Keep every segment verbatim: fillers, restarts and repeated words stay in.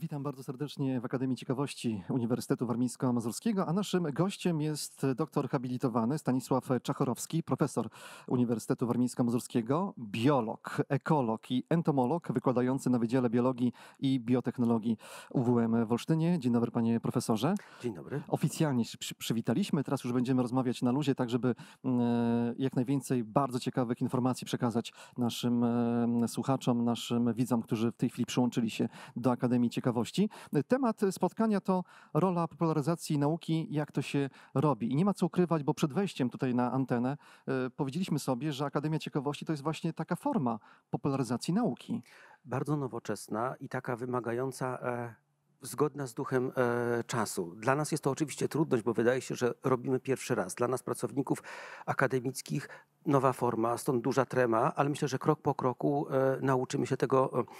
Witam bardzo serdecznie w Akademii Ciekawości Uniwersytetu Warmińsko-Mazurskiego, a naszym gościem jest doktor habilitowany Stanisław Czachorowski, profesor Uniwersytetu Warmińsko-Mazurskiego, biolog, ekolog i entomolog wykładający na Wydziale Biologii i Biotechnologii U W M w Olsztynie. Dzień dobry, panie profesorze. Dzień dobry. Oficjalnie się przy, przywitaliśmy, teraz już będziemy rozmawiać na luzie, tak żeby e, jak najwięcej bardzo ciekawych informacji przekazać naszym e, słuchaczom, naszym widzom, którzy w tej chwili przyłączyli się do Akademii Ciekawości. Temat spotkania to rola popularyzacji nauki, jak to się robi. I nie ma co ukrywać, bo przed wejściem tutaj na antenę e, powiedzieliśmy sobie, że Akademia Ciekawości to jest właśnie taka forma popularyzacji nauki. Bardzo nowoczesna i taka wymagająca, e, zgodna z duchem e, czasu. Dla nas jest to oczywiście trudność, bo wydaje się, że robimy pierwszy raz. Dla nas, pracowników akademickich, nowa forma, stąd duża trema, ale myślę, że krok po kroku e, nauczymy się tego e,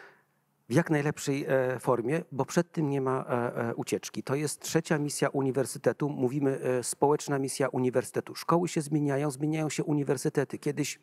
w jak najlepszej e, formie, bo przed tym nie ma e, e, ucieczki. To jest trzecia misja uniwersytetu. Mówimy e, społeczna misja uniwersytetu. Szkoły się zmieniają, zmieniają się uniwersytety. Kiedyś,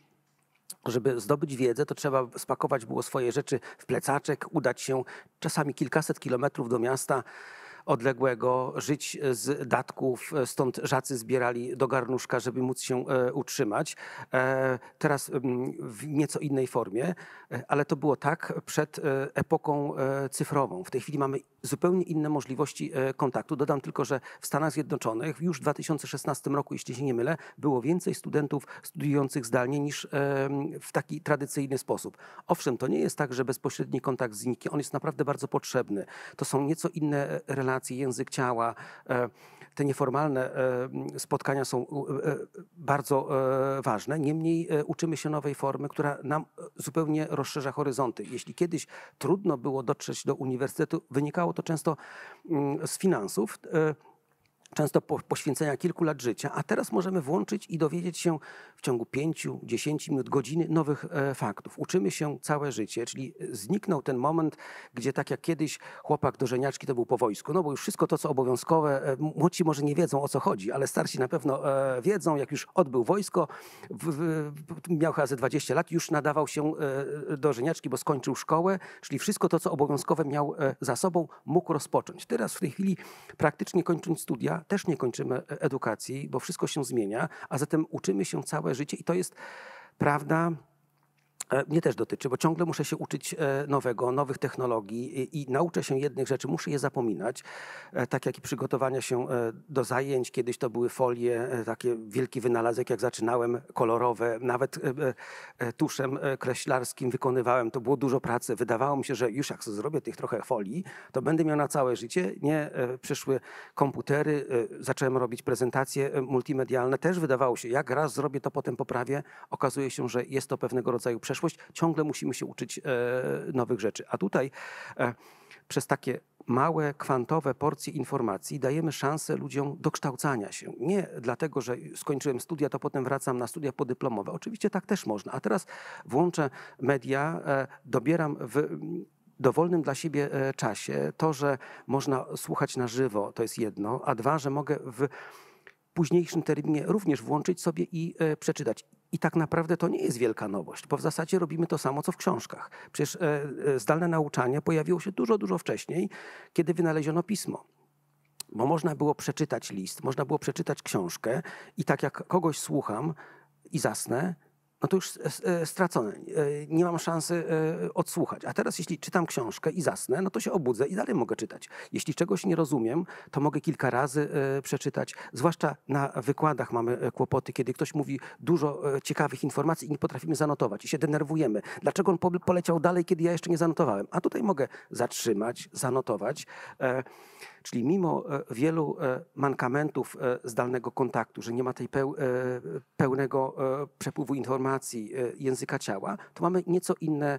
żeby zdobyć wiedzę, to trzeba spakować było swoje rzeczy w plecaczek, udać się czasami kilkaset kilometrów do miasta odległego, żyć z datków, stąd żacy zbierali do garnuszka, żeby móc się e, utrzymać. E, teraz m, w nieco innej formie, e, ale to było tak przed e, epoką e, cyfrową. W tej chwili mamy zupełnie inne możliwości e, kontaktu. Dodam tylko, że w Stanach Zjednoczonych już w dwa tysiące szesnastym roku, jeśli się nie mylę, było więcej studentów studiujących zdalnie niż e, w taki tradycyjny sposób. Owszem, to nie jest tak, że bezpośredni kontakt zniknie. On jest naprawdę bardzo potrzebny. To są nieco inne relacje, język ciała. Te nieformalne spotkania są bardzo ważne. Niemniej uczymy się nowej formy, która nam zupełnie rozszerza horyzonty. Jeśli kiedyś trudno było dotrzeć do uniwersytetu, wynikało to często z finansów, często po, poświęcenia kilku lat życia, a teraz możemy włączyć i dowiedzieć się w ciągu pięciu, dziesięciu minut, godziny nowych e, faktów. Uczymy się całe życie, czyli zniknął ten moment, gdzie tak jak kiedyś chłopak do żeniaczki to był po wojsku, no bo już wszystko to, co obowiązkowe, e, młodsi może nie wiedzą, o co chodzi, ale starsi na pewno e, wiedzą, jak już odbył wojsko, w, w, miał chyba ze dwadzieścia lat, już nadawał się e, do żeniaczki, bo skończył szkołę, czyli wszystko to, co obowiązkowe miał e, za sobą, mógł rozpocząć. Teraz w tej chwili praktycznie kończąc studia, też nie kończymy edukacji, bo wszystko się zmienia, a zatem uczymy się całe życie i to jest prawda. Mnie też dotyczy, bo ciągle muszę się uczyć nowego, nowych technologii i, i nauczę się jednych rzeczy, muszę je zapominać, tak jak i przygotowania się do zajęć. Kiedyś to były folie, takie wielki wynalazek, jak zaczynałem, kolorowe, nawet tuszem kreślarskim wykonywałem, to było dużo pracy. Wydawało mi się, że już jak sobie zrobię tych trochę folii, to będę miał na całe życie. Nie, przyszły komputery, zacząłem robić prezentacje multimedialne, też wydawało się, jak raz zrobię, to potem poprawię. Okazuje się, że jest to pewnego rodzaju przeszłość. Ciągle musimy się uczyć e, nowych rzeczy. A tutaj e, przez takie małe, kwantowe porcje informacji dajemy szansę ludziom dokształcania się. Nie dlatego, że skończyłem studia, to potem wracam na studia podyplomowe. Oczywiście tak też można. A teraz włączę media, e, dobieram w dowolnym dla siebie czasie to, że można słuchać na żywo, to jest jedno, a dwa, że mogę w późniejszym terminie również włączyć sobie i e, przeczytać. I tak naprawdę to nie jest wielka nowość, bo w zasadzie robimy to samo, co w książkach. Przecież e, e, zdalne nauczanie pojawiło się dużo, dużo wcześniej, kiedy wynaleziono pismo. Bo można było przeczytać list, można było przeczytać książkę i tak jak kogoś słucham i zasnę, no to już stracone. Nie mam szansy odsłuchać. A teraz jeśli czytam książkę i zasnę, no to się obudzę i dalej mogę czytać. Jeśli czegoś nie rozumiem, to mogę kilka razy przeczytać. Zwłaszcza na wykładach mamy kłopoty, kiedy ktoś mówi dużo ciekawych informacji i nie potrafimy zanotować i się denerwujemy. Dlaczego on poleciał dalej, kiedy ja jeszcze nie zanotowałem? A tutaj mogę zatrzymać, zanotować. Czyli mimo wielu mankamentów zdalnego kontaktu, że nie ma tej pełnego przepływu informacji, języka ciała, to mamy nieco inne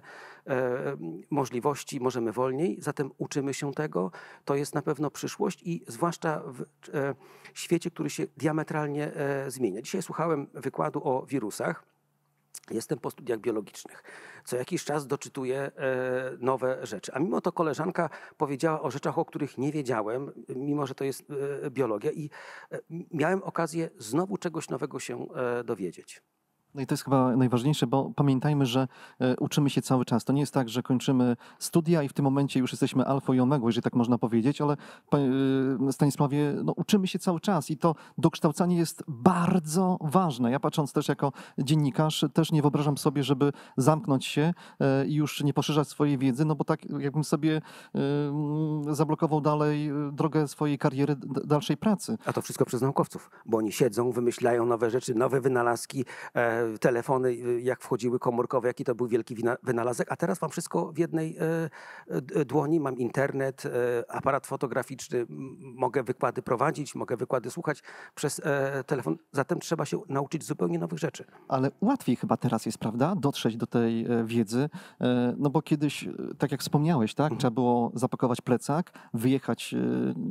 możliwości, możemy wolniej, zatem uczymy się tego. To jest na pewno przyszłość i zwłaszcza w świecie, który się diametralnie zmienia. Dzisiaj słuchałem wykładu o wirusach. Jestem po studiach biologicznych. Co jakiś czas doczytuję e, nowe rzeczy. A mimo to koleżanka powiedziała o rzeczach, o których nie wiedziałem, mimo że to jest e, biologia i e, miałem okazję znowu czegoś nowego się e, dowiedzieć. No i to jest chyba najważniejsze, bo pamiętajmy, że e, uczymy się cały czas. To nie jest tak, że kończymy studia i w tym momencie już jesteśmy alfą i omegą, jeżeli tak można powiedzieć, ale pa- e, Stanisławie, no, uczymy się cały czas i to dokształcanie jest bardzo ważne. Ja patrząc też jako dziennikarz, też nie wyobrażam sobie, żeby zamknąć się e, i już nie poszerzać swojej wiedzy, no bo tak jakbym sobie e, mm, zablokował dalej e, drogę swojej kariery, d- dalszej pracy. A to wszystko przez naukowców, bo oni siedzą, wymyślają nowe rzeczy, nowe wynalazki, e, telefony, y, jak wchodziły komórkowe, jaki to był wielki wina- wynalazek, a teraz mam wszystko w jednej e, d- dłoni, mam internet, e, aparat fotograficzny, m- mogę wykłady prowadzić, mogę wykłady słuchać przez e, telefon, zatem trzeba się nauczyć zupełnie nowych rzeczy. Ale łatwiej chyba teraz jest, prawda, dotrzeć do tej e, wiedzy, e, no bo kiedyś, e, tak jak wspomniałeś, tak, Mhm. trzeba było zapakować plecak, wyjechać e,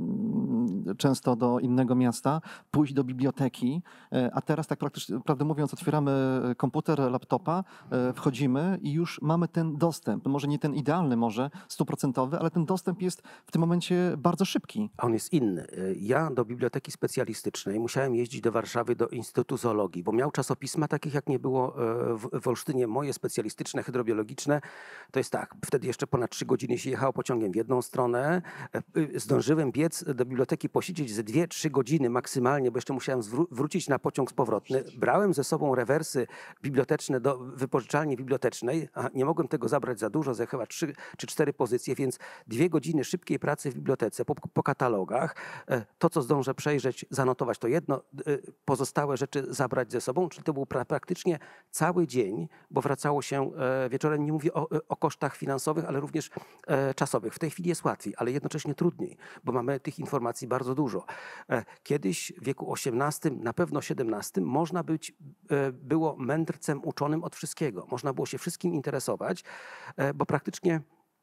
mm, często do innego miasta, pójść do biblioteki, e, a teraz tak praktycznie, prawdę mówiąc, otwieramy komputer, laptopa, e, wchodzimy i już mamy ten dostęp. Może nie ten idealny, może stuprocentowy, ale ten dostęp jest w tym momencie bardzo szybki. A on jest inny. Ja do biblioteki specjalistycznej musiałem jeździć do Warszawy, do Instytutu Zoologii, bo miał czasopisma takich jak nie było e, w w Olsztynie. Moje specjalistyczne, hydrobiologiczne, to jest tak, wtedy jeszcze ponad trzy godziny się jechało pociągiem w jedną stronę. E, y, Zdążyłem biec do biblioteki, posiedzieć ze dwie, trzy godziny maksymalnie, bo jeszcze musiałem zwró- wrócić na pociąg z powrotny. Brałem ze sobą rewersy biblioteczne do wypożyczalni bibliotecznej, a nie mogłem tego zabrać za dużo, za chyba trzy czy cztery pozycje, więc dwie godziny szybkiej pracy w bibliotece po, po katalogach. E, To, co zdążę przejrzeć, zanotować to jedno, e, pozostałe rzeczy zabrać ze sobą, czyli to był pra praktycznie cały dzień, bo wracało się e, wieczorem. Nie mówię o, o kosztach finansowych, ale również e, czasowych. W tej chwili jest łatwiej, ale jednocześnie trudniej, bo mamy tych informacji bardzo dużo. E, Kiedyś w wieku osiemnastym, na pewno siedemnastym, można być, e, było mędrcem uczonym od wszystkiego. Można było się wszystkim interesować, e, bo praktycznie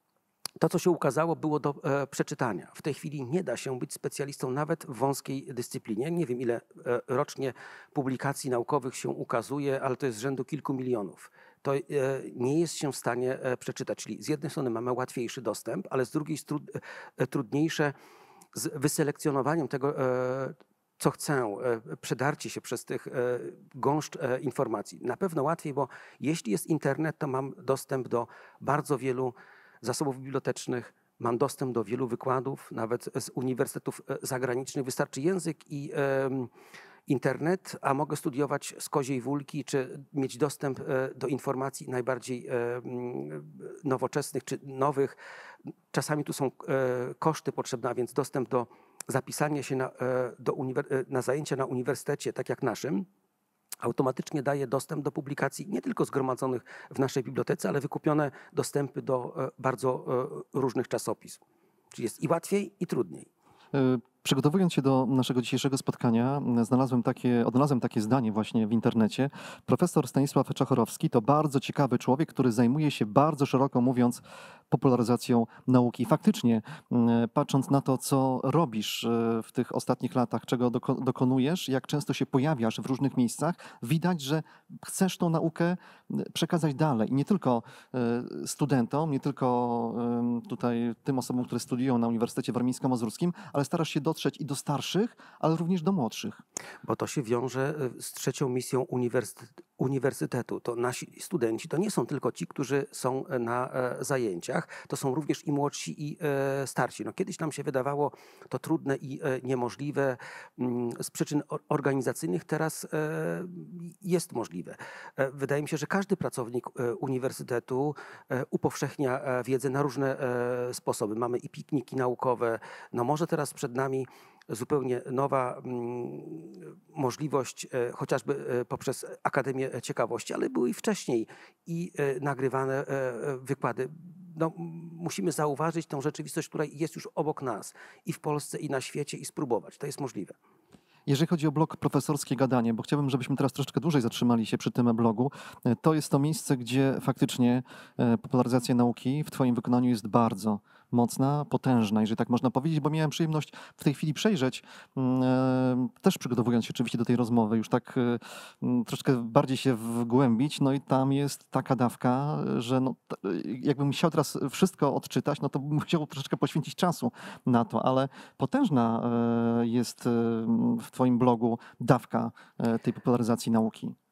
to, co się ukazało, było do e, przeczytania. W tej chwili nie da się być specjalistą nawet w wąskiej dyscyplinie. Nie wiem, ile e, rocznie publikacji naukowych się ukazuje, ale to jest z rzędu kilku milionów. To e, nie jest się w stanie e, przeczytać. Czyli z jednej strony mamy łatwiejszy dostęp, ale z drugiej stru- e, trudniejsze z wyselekcjonowaniem tego, e, co chcę, e, przedarcie się przez tych e, gąszcz e, informacji. Na pewno łatwiej, bo jeśli jest internet, to mam dostęp do bardzo wielu zasobów bibliotecznych, mam dostęp do wielu wykładów, nawet z uniwersytetów e, zagranicznych. Wystarczy język i em, internet, a mogę studiować z koziej wólki, czy mieć dostęp e, do informacji najbardziej e, mm, nowoczesnych czy nowych. Czasami tu są e, koszty potrzebne, a więc dostęp do zapisania się na, e, do uniwer- e, na zajęcia na uniwersytecie, tak jak naszym, automatycznie daje dostęp do publikacji nie tylko zgromadzonych w naszej bibliotece, ale wykupione dostępy do e, bardzo e, różnych czasopism. Czyli jest i łatwiej, i trudniej. E, Przygotowując się do naszego dzisiejszego spotkania, m, znalazłem takie, odnalazłem takie zdanie właśnie w internecie. Profesor Stanisław Czachorowski to bardzo ciekawy człowiek, który zajmuje się bardzo szeroko mówiąc popularyzacją nauki. I faktycznie, m, patrząc na to, co robisz e, w tych ostatnich latach, czego doko- dokonujesz, jak często się pojawiasz w różnych miejscach, widać, że chcesz tą naukę m, przekazać dalej. I nie tylko e, studentom, nie tylko em, tutaj tym osobom, które studiują na Uniwersytecie Warmińsko-Mazurskim, ale starasz się dotrzeć i do starszych, ale również do młodszych. Bo to się wiąże e, z trzecią misją uniwersytet- uniwersytetu. To nasi studenci to nie są tylko ci, którzy są e, na e, zajęciach, to są również i młodsi, i e, starsi. No, kiedyś nam się wydawało to trudne i e, niemożliwe mm, z przyczyn or- organizacyjnych, teraz e, jest możliwe. E, Wydaje mi się, że każdy pracownik e, uniwersytetu e, upowszechnia e, wiedzę na różne e, sposoby. Mamy i pikniki naukowe, no może teraz przed nami zupełnie nowa mm, możliwość, e, chociażby e, poprzez Akademię Ciekawości, ale były i wcześniej i e, nagrywane e, e, wykłady. No, m, musimy zauważyć tę rzeczywistość, która jest już obok nas i w Polsce, i na świecie, i spróbować. To jest możliwe. Jeżeli chodzi o blog Profesorskie Gadanie, bo chciałbym, żebyśmy teraz troszeczkę dłużej zatrzymali się przy tym blogu, e, to jest to miejsce, gdzie faktycznie e, popularyzacja nauki w Twoim wykonaniu jest bardzo mocna, potężna, jeżeli tak można powiedzieć, bo miałem przyjemność w tej chwili przejrzeć, mm, e, też przygotowując się oczywiście do tej rozmowy, już tak e, mm, troszeczkę bardziej się wgłębić, no i tam jest taka dawka, że no, t- jakbym chciał teraz wszystko odczytać, no to bym musiał troszeczkę poświęcić czasu na to, ale potężna e, jest e, w Twoim blogu dawka e, tej popularyzacji nauki.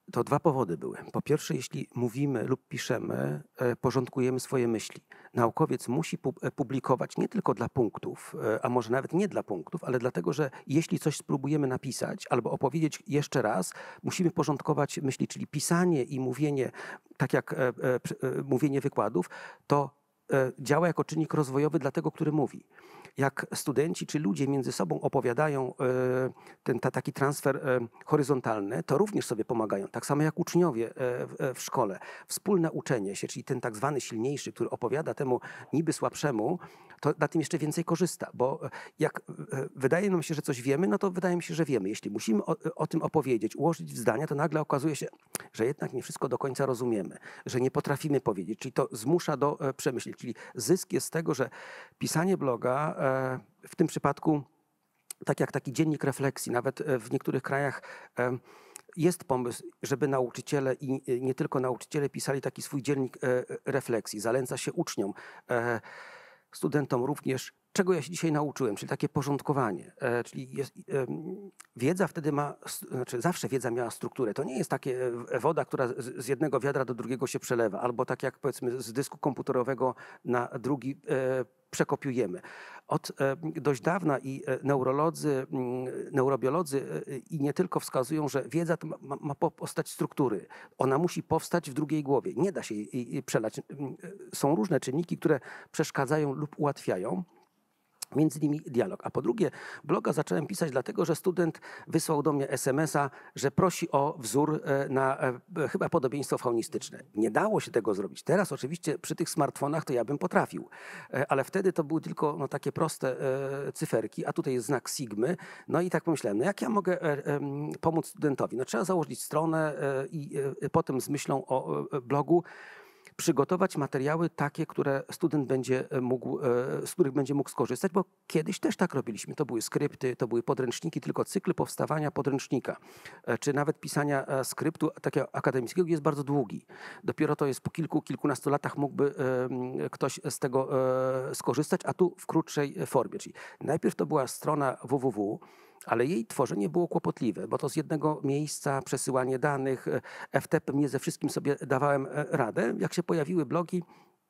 To dwa powody były. Po pierwsze, jeśli mówimy lub piszemy, e, porządkujemy swoje myśli. Naukowiec musi pu- e, publikować nie tylko dla punktów, e, a może nawet nie dla punktów, ale dlatego, że jeśli coś spróbujemy napisać albo opowiedzieć jeszcze raz, musimy porządkować myśli, czyli pisanie i mówienie, tak jak e, e, przy- e, mówienie wykładów, to e, działa jako czynnik rozwojowy dla tego, który mówi. Jak studenci czy ludzie między sobą opowiadają e, ten ta, taki transfer e, horyzontalny, to również sobie pomagają. Tak samo jak uczniowie e, w, e, w szkole. Wspólne uczenie się, czyli ten tak zwany silniejszy, który opowiada temu niby słabszemu, to na tym jeszcze więcej korzysta, bo e, jak e, wydaje nam się, że coś wiemy, no to wydaje mi się, że wiemy. Jeśli musimy o, o tym opowiedzieć, ułożyć w zdania, to nagle okazuje się, że jednak nie wszystko do końca rozumiemy, że nie potrafimy powiedzieć, czyli to zmusza do e, przemyśleń. Czyli zysk jest z tego, że pisanie bloga e, w tym przypadku tak jak taki dziennik refleksji, nawet e, w niektórych krajach e, jest pomysł, żeby nauczyciele i e, nie tylko nauczyciele pisali taki swój dziennik e, refleksji. Zaleca się uczniom, e, studentom również, czego ja się dzisiaj nauczyłem, czyli takie porządkowanie. E, Czyli jest, em, wiedza wtedy ma, s- znaczy zawsze wiedza miała strukturę. To nie jest takie e, woda, która z z jednego wiadra do drugiego się przelewa, albo tak jak powiedzmy z dysku komputerowego na drugi e, przekopiujemy. Od e, dość dawna i e, neurolodzy, mm, neurobiolodzy e, i nie tylko wskazują, że wiedza to ma, ma ma powstać struktury. Ona musi powstać w drugiej głowie. Nie da się jej jej przelać. Mm, e, Są różne czynniki, które przeszkadzają lub ułatwiają. Między innymi dialog. A po drugie, bloga zacząłem pisać dlatego, że student wysłał do mnie es em es a, że prosi o wzór e, na e, chyba podobieństwo faunistyczne. Nie dało się tego zrobić. Teraz oczywiście przy tych smartfonach to ja bym potrafił, E, ale wtedy to były tylko no, takie proste e, cyferki, a tutaj jest znak sigmy. No i tak pomyślałem, no jak ja mogę e, em, pomóc studentowi? No trzeba założyć stronę e, i e, potem z myślą o e, blogu przygotować materiały takie, które student będzie mógł, e, z których będzie mógł skorzystać, bo kiedyś też tak robiliśmy. To były skrypty, to były podręczniki, tylko cykl powstawania podręcznika, e, czy nawet pisania e, skryptu takiego akademickiego jest bardzo długi. Dopiero to jest po kilku, kilkunastu latach mógłby e, m, ktoś z tego e, skorzystać, a tu w krótszej formie. Czyli najpierw to była strona www, ale jej tworzenie było kłopotliwe, bo to z jednego miejsca przesyłanie danych, e, F T P-em nie ze wszystkim sobie dawałem e, radę. Jak się pojawiły blogi,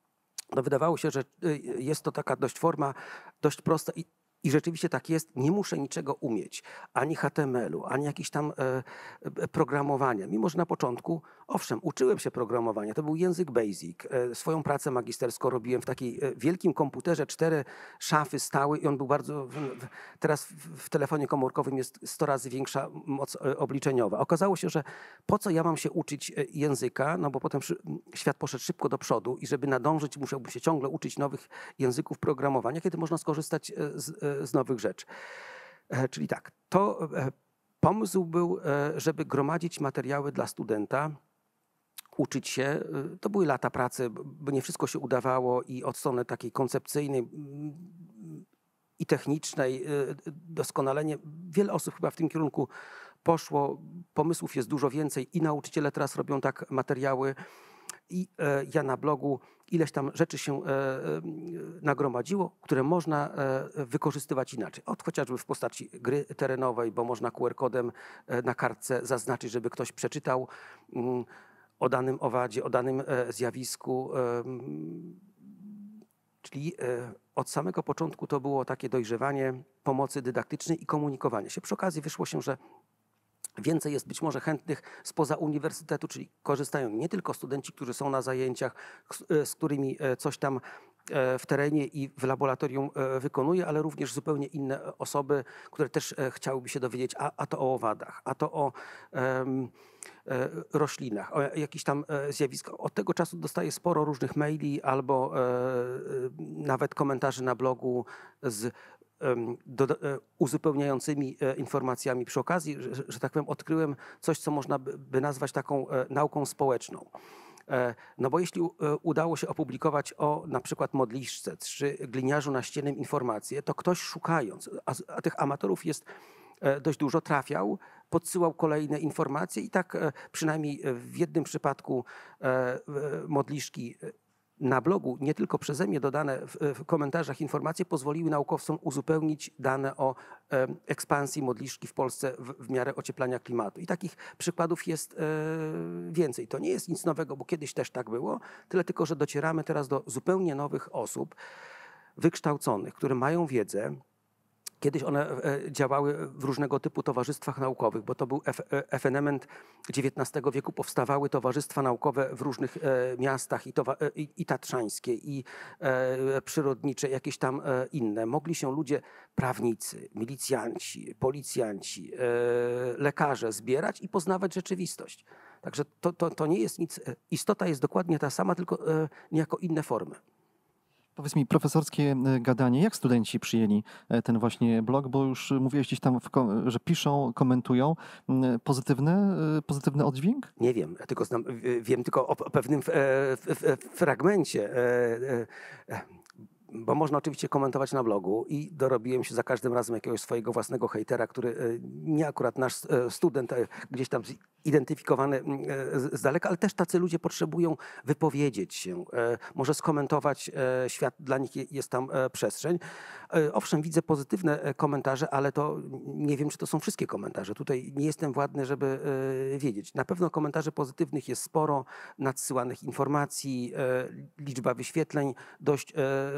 no wydawało się, że y, jest to taka dość forma, dość prosta i, i rzeczywiście tak jest. Nie muszę niczego umieć, ani H T M L-u, ani jakiś tam e, e, programowania. Mimo że na początku, owszem, uczyłem się programowania, to był język Basic. E, swoją pracę magisterską robiłem w takiej e, wielkim komputerze, cztery szafy stały i on był bardzo, w, w, teraz w, w telefonie komórkowym jest sto razy większa moc e, obliczeniowa. Okazało się, że po co ja mam się uczyć e, języka, no bo potem szy- świat poszedł szybko do przodu i żeby nadążyć, musiałbym się ciągle uczyć nowych języków programowania, kiedy można skorzystać e, z, e, z nowych rzeczy. E, Czyli tak, to e, pomysł był, e, żeby gromadzić materiały dla studenta, uczyć się. E, To były lata pracy, b- bo nie wszystko się udawało i od strony takiej koncepcyjnej mm, i technicznej, e, doskonalenie. Wiele osób chyba w tym kierunku poszło. Pomysłów jest dużo więcej i nauczyciele teraz robią tak materiały. I e, ja na blogu ileś tam rzeczy się e, e, nagromadziło, które można e, wykorzystywać inaczej. Od chociażby w postaci gry terenowej, bo można Q R kodem e, na kartce zaznaczyć, żeby ktoś przeczytał mm, o danym owadzie, o danym e, zjawisku. em, Czyli e, od samego początku to było takie dojrzewanie pomocy dydaktycznej i komunikowanie się. Przy okazji wyszło się, że więcej jest być może chętnych spoza uniwersytetu, czyli korzystają nie tylko studenci, którzy są na zajęciach, z, z którymi e, coś tam e, w terenie i w laboratorium e, wykonuje, ale również zupełnie inne osoby, które też e, chciałyby się dowiedzieć, a, a to o owadach, a to o em, e, roślinach, o jakichś tam e, zjawiskach. Od tego czasu dostaję sporo różnych maili albo e, e, nawet komentarzy na blogu z em, doda- e, uzupełniającymi e, informacjami. Przy okazji, że, że- że tak powiem, odkryłem coś, co można by by nazwać taką e, nauką społeczną. E, No bo jeśli u- e, udało się opublikować o na przykład modliszce czy gliniarzu naściennym informacje, to ktoś szukając, a, z- a tych amatorów jest e, dość dużo, trafiał, podsyłał kolejne informacje i tak e, przynajmniej w jednym przypadku e, e, modliszki e, na blogu nie tylko przeze mnie dodane w, w komentarzach informacje pozwoliły naukowcom uzupełnić dane o e, ekspansji modliszki w Polsce w, w miarę ocieplania klimatu. I takich przykładów jest e, więcej. To nie jest nic nowego, bo kiedyś też tak było, tyle tylko, że docieramy teraz do zupełnie nowych osób, wykształconych, które mają wiedzę. Kiedyś one działały w różnego typu towarzystwach naukowych, bo to był ewenement dziewiętnastego wieku. Powstawały towarzystwa naukowe w różnych miastach i, towa- i, i tatrzańskie, i e, przyrodnicze, jakieś tam e, inne. Mogli się ludzie, prawnicy, milicjanci, policjanci, e, lekarze zbierać i poznawać rzeczywistość. Także to, to, to nie jest nic, istota jest dokładnie ta sama, tylko e, niejako inne formy. Powiedz mi, profesorskie gadanie, jak studenci przyjęli ten właśnie blog, bo już mówiłeś gdzieś tam, w kom- że piszą, komentują. Pozytywny, pozytywny oddźwięk? Nie wiem, ja tylko znam, wiem tylko o pewnym fragmencie, bo można oczywiście komentować na blogu i dorobiłem się za każdym razem jakiegoś swojego własnego hejtera, który nie akurat nasz student, gdzieś tam identyfikowany z daleka, ale też tacy ludzie potrzebują wypowiedzieć się, może skomentować świat, dla nich jest tam przestrzeń. Owszem, widzę pozytywne komentarze, ale to nie wiem, czy to są wszystkie komentarze. Tutaj nie jestem władny, żeby wiedzieć. Na pewno komentarzy pozytywnych jest sporo, nadsyłanych informacji, liczba wyświetleń dość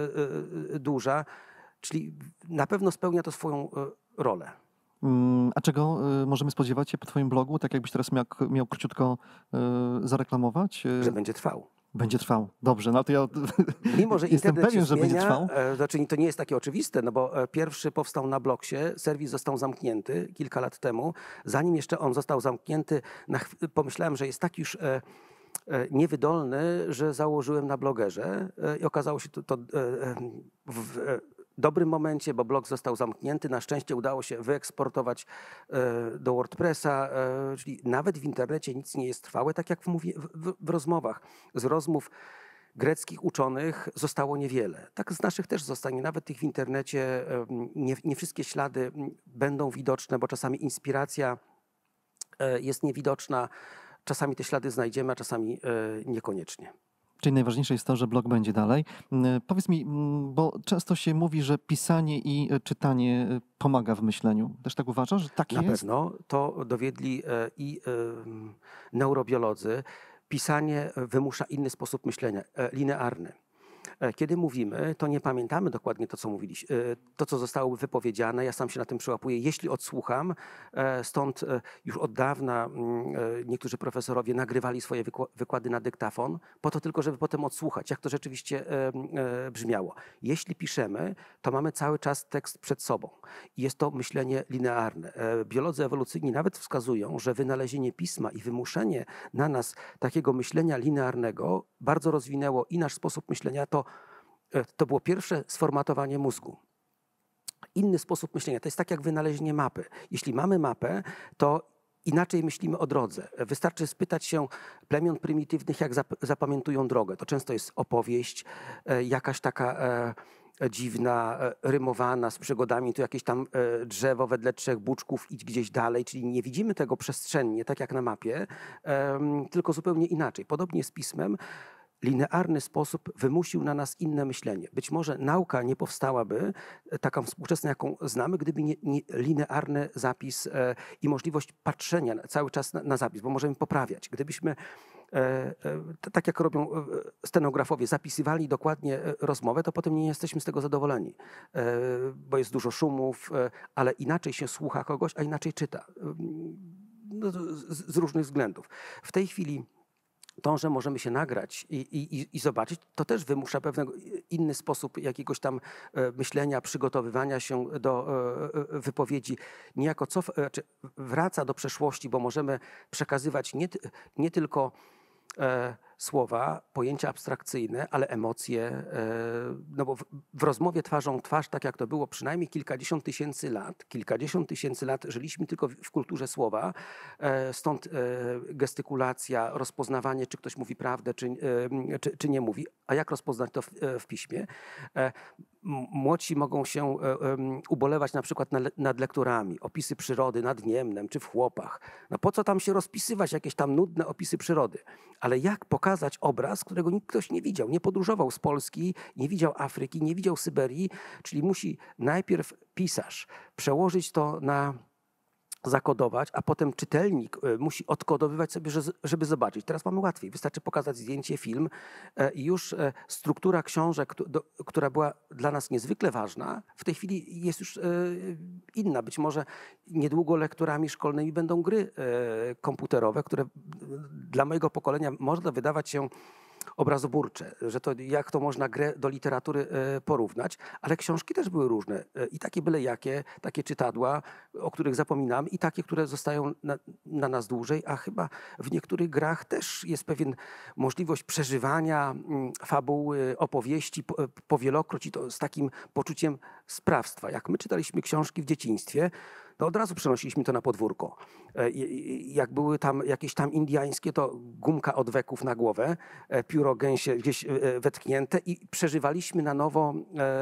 duża, czyli na pewno spełnia to swoją rolę. A czego możemy spodziewać się po twoim blogu? Tak jakbyś teraz miał, miał króciutko zareklamować? Że będzie trwał. Będzie trwał. Dobrze, no to ja Mimo, że jestem internet pewien, się że będzie zmienia, trwał. Znaczy to nie jest takie oczywiste, no bo pierwszy powstał na Blogsie, serwis został zamknięty kilka lat temu. Zanim jeszcze on został zamknięty, na chw- pomyślałem, że jest tak już e, e, niewydolny, że założyłem na Blogerze e, i okazało się to, to e, w e, dobrym momencie, bo blog został zamknięty. Na szczęście udało się wyeksportować e, do WordPressa, e, czyli nawet w internecie nic nie jest trwałe, tak jak mówię w, w, w rozmowach. Z rozmów greckich uczonych zostało niewiele. Tak z naszych też zostanie, nawet tych w internecie. e, Nie, nie wszystkie ślady będą widoczne, bo czasami inspiracja e, jest niewidoczna. Czasami te ślady znajdziemy, a czasami e, niekoniecznie. Czyli najważniejsze jest to, że blog będzie dalej. Mm, Powiedz mi, mm, bo często się mówi, że pisanie i e, czytanie e, pomaga w myśleniu. Też tak uważasz, że tak Na jest? pewno to dowiedli e, i e, neurobiolodzy. Pisanie wymusza inny sposób myślenia, e, linearny. E, Kiedy mówimy, to nie pamiętamy dokładnie to, co mówiliśmy, to, co zostało wypowiedziane. Ja sam się na tym przyłapuję. Jeśli odsłucham, e, stąd e, już od dawna mm, e, niektórzy profesorowie nagrywali swoje wykła- wykłady na dyktafon, po to tylko, żeby potem odsłuchać, jak to rzeczywiście e, e, brzmiało. Jeśli piszemy, to mamy cały czas tekst przed sobą. I jest to myślenie linearne. E, Biolodzy ewolucyjni nawet wskazują, że wynalezienie pisma i wymuszenie na nas takiego myślenia linearnego bardzo rozwinęło i nasz sposób myślenia. To To było pierwsze sformatowanie mózgu. Inny sposób myślenia, to jest tak jak wynalezienie mapy. Jeśli mamy mapę, to inaczej myślimy o drodze. Wystarczy spytać się plemion prymitywnych, jak zap- zapamiętują drogę. To często jest opowieść, e, jakaś taka e, dziwna, e, rymowana, z przygodami, tu jakieś tam e, drzewo wedle trzech buczków, idź gdzieś dalej, czyli nie widzimy tego przestrzennie, tak jak na mapie, em, tylko zupełnie inaczej. Podobnie z pismem. Linearny sposób wymusił na nas inne myślenie. Być może nauka nie powstałaby, taka współczesna, jaką znamy, gdyby nie, nie linearny zapis e, i możliwość patrzenia na, cały czas na, na zapis, bo możemy poprawiać. Gdybyśmy, e, e, t- tak jak robią e, stenografowie, zapisywali dokładnie e, rozmowę, to potem nie jesteśmy z tego zadowoleni, e, bo jest dużo szumów, e, ale inaczej się słucha kogoś, a inaczej czyta. E, no, z, z różnych względów. W tej chwili to, że możemy się nagrać i, i, i zobaczyć, to też wymusza pewnego inny sposób jakiegoś tam e, myślenia, przygotowywania się do e, e, wypowiedzi. Niejako cof, e, czy wraca do przeszłości, bo możemy przekazywać nie, ty- nie tylko e, słowa, pojęcia abstrakcyjne, ale emocje. E, no bo w, w rozmowie twarzą w twarz, tak jak to było przynajmniej kilkadziesiąt tysięcy lat, kilkadziesiąt tysięcy lat żyliśmy tylko w, w kulturze słowa, e, stąd e, gestykulacja, rozpoznawanie, czy ktoś mówi prawdę, czy, e, czy, czy nie mówi. A jak rozpoznać to w, e, w piśmie? E, m- Młodsi mogą się e, em, ubolewać na przykład nad, nad lekturami, opisy przyrody nad Niemnem, czy w Chłopach. No po co tam się rozpisywać, jakieś tam nudne opisy przyrody? Ale jak pokazać pokazać obraz, którego nikt ktoś nie widział. Nie podróżował z Polski, nie widział Afryki, nie widział Syberii, czyli musi najpierw pisarz przełożyć to na zakodować, a potem czytelnik musi odkodowywać sobie, żeby zobaczyć. Teraz mamy łatwiej. Wystarczy pokazać zdjęcie, film i już struktura książek, która była dla nas niezwykle ważna, w tej chwili jest już inna. Być może niedługo lekturami szkolnymi będą gry komputerowe, które dla mojego pokolenia można wydawać się obrazoburcze, że to jak to można grę do literatury porównać, ale książki też były różne i takie byle jakie, takie czytadła, o których zapominamy i takie, które zostają na, na nas dłużej, a chyba w niektórych grach też jest pewien możliwość przeżywania fabuły, opowieści powielokroć i to z takim poczuciem sprawstwa. Jak my czytaliśmy książki w dzieciństwie, to od razu przenosiliśmy to na podwórko. Jak były tam jakieś tam indyjskie, to gumka od weków na głowę, pióro gęsie gdzieś wetknięte i przeżywaliśmy na nowo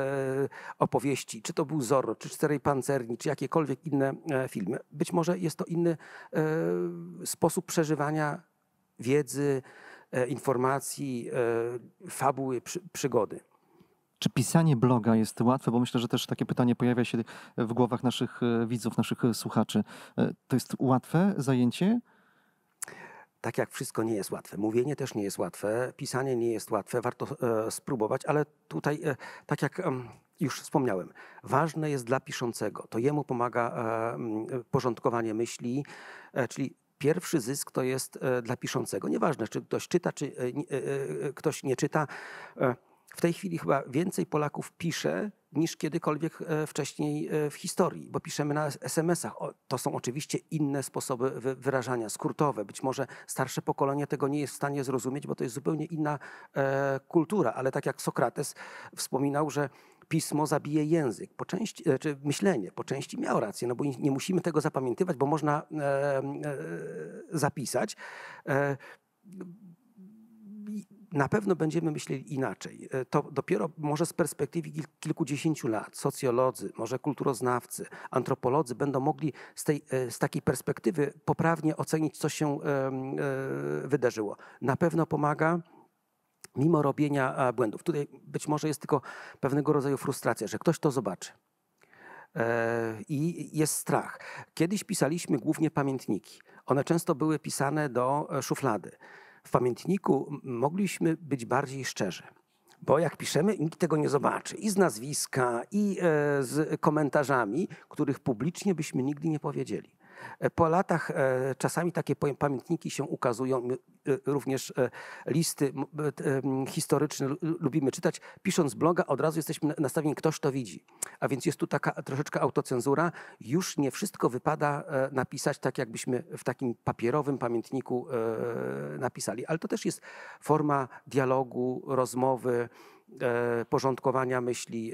opowieści. Czy to był Zorro, czy Czterej Pancerni, czy jakiekolwiek inne filmy. Być może jest to inny sposób przeżywania wiedzy, informacji, fabuły, przygody. Czy pisanie bloga jest łatwe? Bo myślę, że też takie pytanie pojawia się w głowach naszych widzów, naszych słuchaczy. To jest łatwe zajęcie? Tak jak wszystko nie jest łatwe. Mówienie też nie jest łatwe, pisanie nie jest łatwe, warto e, spróbować, ale tutaj, e, tak jak e, już wspomniałem, ważne jest dla piszącego. To jemu pomaga e, porządkowanie myśli, e, czyli pierwszy zysk to jest e, dla piszącego. Nieważne, czy ktoś czyta, czy e, e, ktoś nie czyta. E, W tej chwili chyba więcej Polaków pisze niż kiedykolwiek wcześniej w historii, bo piszemy na es em esach. To są oczywiście inne sposoby wyrażania, skrótowe. Być może starsze pokolenie tego nie jest w stanie zrozumieć, bo to jest zupełnie inna e, kultura, ale tak jak Sokrates wspominał, że pismo zabije język, po części, czy myślenie, po części miał rację, no bo nie musimy tego zapamiętywać, bo można e, e, zapisać. E, Na pewno będziemy myśleli inaczej. To dopiero może z perspektywy kilkudziesięciu lat socjolodzy, może kulturoznawcy, antropolodzy będą mogli z, tej, z takiej perspektywy poprawnie ocenić, co się wydarzyło. Na pewno pomaga mimo robienia błędów. Tutaj być może jest tylko pewnego rodzaju frustracja, że ktoś to zobaczy. I jest strach. Kiedyś pisaliśmy głównie pamiętniki. One często były pisane do szuflady. W pamiętniku mogliśmy być bardziej szczerzy, bo jak piszemy, nikt tego nie zobaczy. I z nazwiska, i z komentarzami, których publicznie byśmy nigdy nie powiedzieli. Po latach czasami takie pamiętniki się ukazują, również listy historyczne lubimy czytać. Pisząc bloga od razu jesteśmy nastawieni, ktoś to widzi. A więc jest tu taka troszeczkę autocenzura. Już nie wszystko wypada napisać tak, jakbyśmy w takim papierowym pamiętniku napisali. Ale to też jest forma dialogu, rozmowy, porządkowania myśli.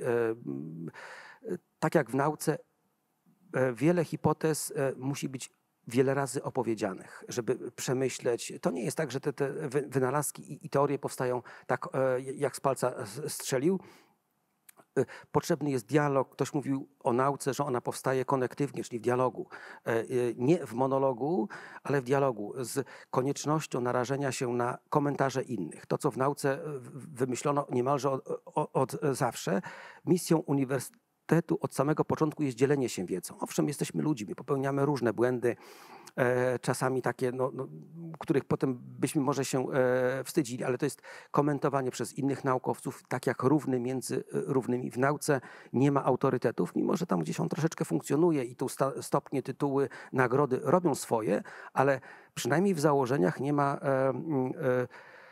Tak jak w nauce, wiele hipotez musi być wiele razy opowiedzianych, żeby przemyśleć. To nie jest tak, że te, te wynalazki i teorie powstają tak, jak z palca strzelił. Potrzebny jest dialog. Ktoś mówił o nauce, że ona powstaje konektywnie, czyli w dialogu. Nie w monologu, ale w dialogu z koniecznością narażenia się na komentarze innych. To, co w nauce wymyślono niemalże od, od zawsze, misją uniwersytetu od samego początku jest dzielenie się wiedzą. Owszem, jesteśmy ludźmi, popełniamy różne błędy, e, czasami takie, no, no, których potem byśmy może się e, wstydzili, ale to jest komentowanie przez innych naukowców, tak jak równy między równymi. W nauce nie ma autorytetów, mimo że tam gdzieś on troszeczkę funkcjonuje i tu sta, stopnie, tytuły, nagrody robią swoje, ale przynajmniej w założeniach nie ma e, e,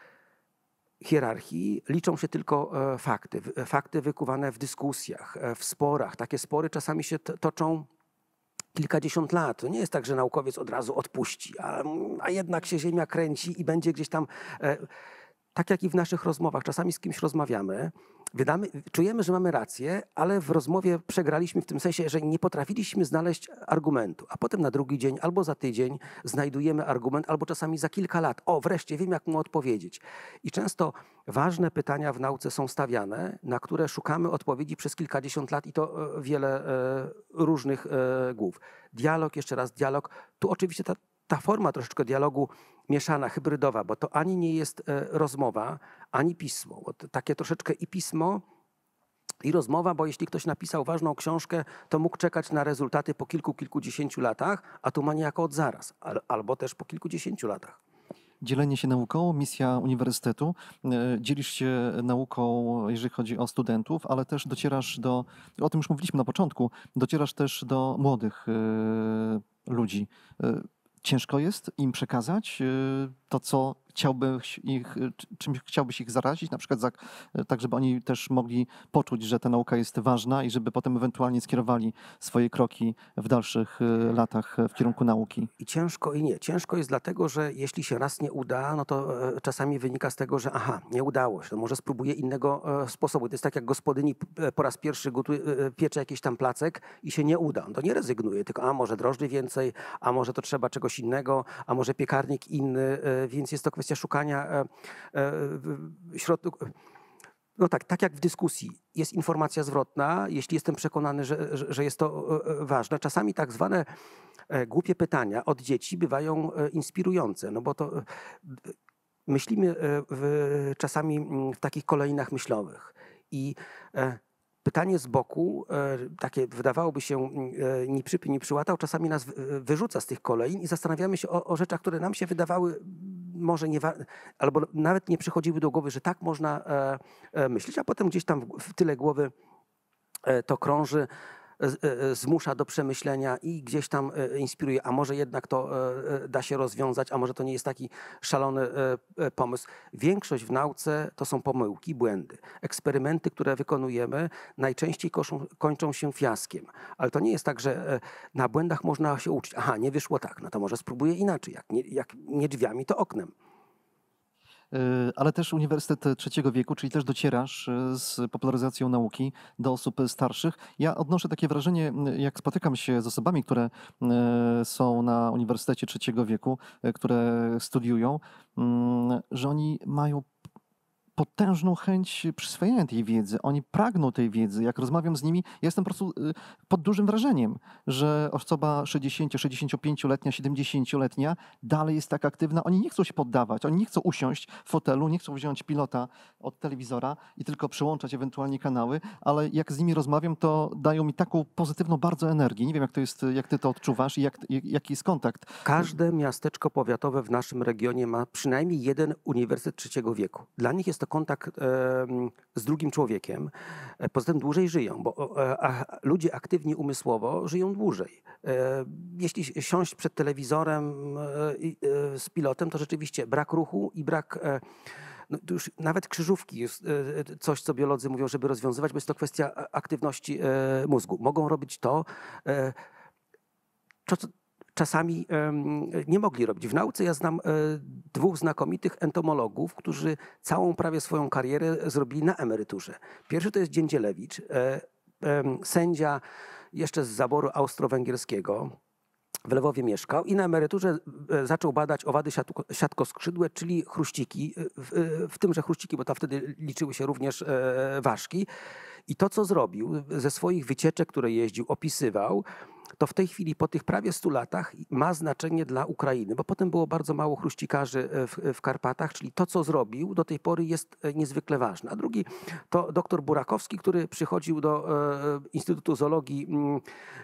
hierarchii, liczą się tylko fakty. Fakty wykuwane w dyskusjach, w sporach. Takie spory czasami się toczą kilkadziesiąt lat. To nie jest tak, że naukowiec od razu odpuści, a, a jednak się ziemia kręci i będzie gdzieś tam... Tak jak i w naszych rozmowach, czasami z kimś rozmawiamy, wydamy, czujemy, że mamy rację, ale w rozmowie przegraliśmy w tym sensie, że nie potrafiliśmy znaleźć argumentu, a potem na drugi dzień albo za tydzień znajdujemy argument, albo czasami za kilka lat. O, wreszcie wiem, jak mu odpowiedzieć. I często ważne pytania w nauce są stawiane, na które szukamy odpowiedzi przez kilkadziesiąt lat i to wiele różnych głów. Dialog, jeszcze raz dialog. Tu oczywiście ta Ta forma troszeczkę dialogu mieszana, hybrydowa, bo to ani nie jest e, rozmowa, ani pismo. Bo to takie troszeczkę i pismo, i rozmowa, bo jeśli ktoś napisał ważną książkę, to mógł czekać na rezultaty po kilku, kilkudziesięciu latach, a tu ma niejako od zaraz, al, albo też po kilkudziesięciu latach. Dzielenie się nauką, misja uniwersytetu. E, Dzielisz się nauką, jeżeli chodzi o studentów, ale też docierasz do, o tym już mówiliśmy na początku, docierasz też do młodych e, ludzi. E, Ciężko jest im przekazać e, to, co chciałbyś ich, e, czy- czym chciałbyś ich zarazić, na przykład za, e, tak, żeby oni też mogli poczuć, że ta nauka jest ważna i żeby potem ewentualnie skierowali swoje kroki w dalszych e, latach e, w kierunku nauki. I ciężko i nie. Ciężko jest dlatego, że jeśli się raz nie uda, no to e, czasami wynika z tego, że aha, nie udało się, to może spróbuję innego e, sposobu. To jest tak, jak gospodyni p- po raz pierwszy gotuje, e, piecze jakiś tam placek i się nie uda. On to nie rezygnuje, tylko a może drożdży więcej, a może to trzeba czegoś innego, a może piekarnik inny, e, więc jest to kwestia szukania e, e, środków. No tak, tak jak w dyskusji jest informacja zwrotna, jeśli jestem przekonany, że, że, że jest to e, e, ważne. Czasami tak zwane e, głupie pytania od dzieci bywają e, inspirujące, no bo to e, myślimy e, w, czasami mm, w takich kolejnach myślowych i e, pytanie z boku, e, takie wydawałoby się mm, e, ni przypi, ni przyłatał, czasami nas wy- wyrzuca z tych kolejn i zastanawiamy się o, o rzeczach, które nam się wydawały mm, może nie, wa- albo nawet nie przychodziły do głowy, że tak można e, e, myśleć, a potem gdzieś tam w, w tyle głowy e, to krąży, z- e, zmusza do przemyślenia i gdzieś tam e, inspiruje, a może jednak to e, e, da się rozwiązać, a może to nie jest taki szalony e, e, pomysł. Większość w nauce to są pomyłki, błędy. Eksperymenty, które wykonujemy, najczęściej koszą, kończą się fiaskiem. Ale to nie jest tak, że e, na błędach można się uczyć. Aha, nie wyszło tak, no to może spróbuję inaczej. Jak nie, jak nie drzwiami, to oknem. Y, Ale też Uniwersytet Trzeciego Wieku, czyli też docierasz y, z popularyzacją nauki do osób starszych. Ja odnoszę takie wrażenie, y, jak spotykam się z osobami, które y, są na Uniwersytecie Trzeciego Wieku, y, które studiują, mm, że oni mają potężną chęć przyswojenia tej wiedzy. Oni pragną tej wiedzy. Jak rozmawiam z nimi, ja jestem po prostu y, pod dużym wrażeniem, że osoba sześćdziesięcio, sześćdziesięciopięcioletnia, siedemdziesięcioletnia dalej jest tak aktywna. Oni nie chcą się poddawać, oni nie chcą usiąść w fotelu, nie chcą wziąć pilota od telewizora i tylko przełączać ewentualnie kanały, ale jak z nimi rozmawiam, to dają mi taką pozytywną bardzo energię. Nie wiem, jak to jest, jak ty to odczuwasz i jak, jak- jaki jest kontakt. Każde miasteczko powiatowe w naszym regionie ma przynajmniej jeden uniwersytet trzeciego wieku. Dla nich jest to kontakt em, z drugim człowiekiem. E, Poza tym dłużej żyją, bo e, a, ludzie aktywni umysłowo żyją dłużej. E, Jeśli si- siąść przed telewizorem e, i, e, z pilotem, to rzeczywiście brak ruchu i brak. E, no to już nawet krzyżówki jest e, coś, co biolodzy mówią, żeby rozwiązywać, bo jest to kwestia a- aktywności e, mózgu. Mogą robić to, e, co, czasami em, nie mogli robić. W nauce ja znam e, dwóch znakomitych entomologów, którzy całą prawie swoją karierę zrobili na emeryturze. Pierwszy to jest Dziędzielewicz, e, em, sędzia jeszcze z zaboru austro-węgierskiego. W Lwowie mieszkał i na emeryturze e, zaczął badać owady siatko- siatkoskrzydłe, czyli chruściki, e, w, e, w tymże chruściki, bo tam wtedy liczyły się również e, ważki. I to, co zrobił ze swoich wycieczek, które jeździł, opisywał, to w tej chwili po tych prawie stu latach ma znaczenie dla Ukrainy, bo potem było bardzo mało chruścikarzy e, w, w Karpatach, czyli to, co zrobił do tej pory jest e, niezwykle ważne. A drugi to doktor Burakowski, który przychodził do e, Instytutu Zoologii mm, e,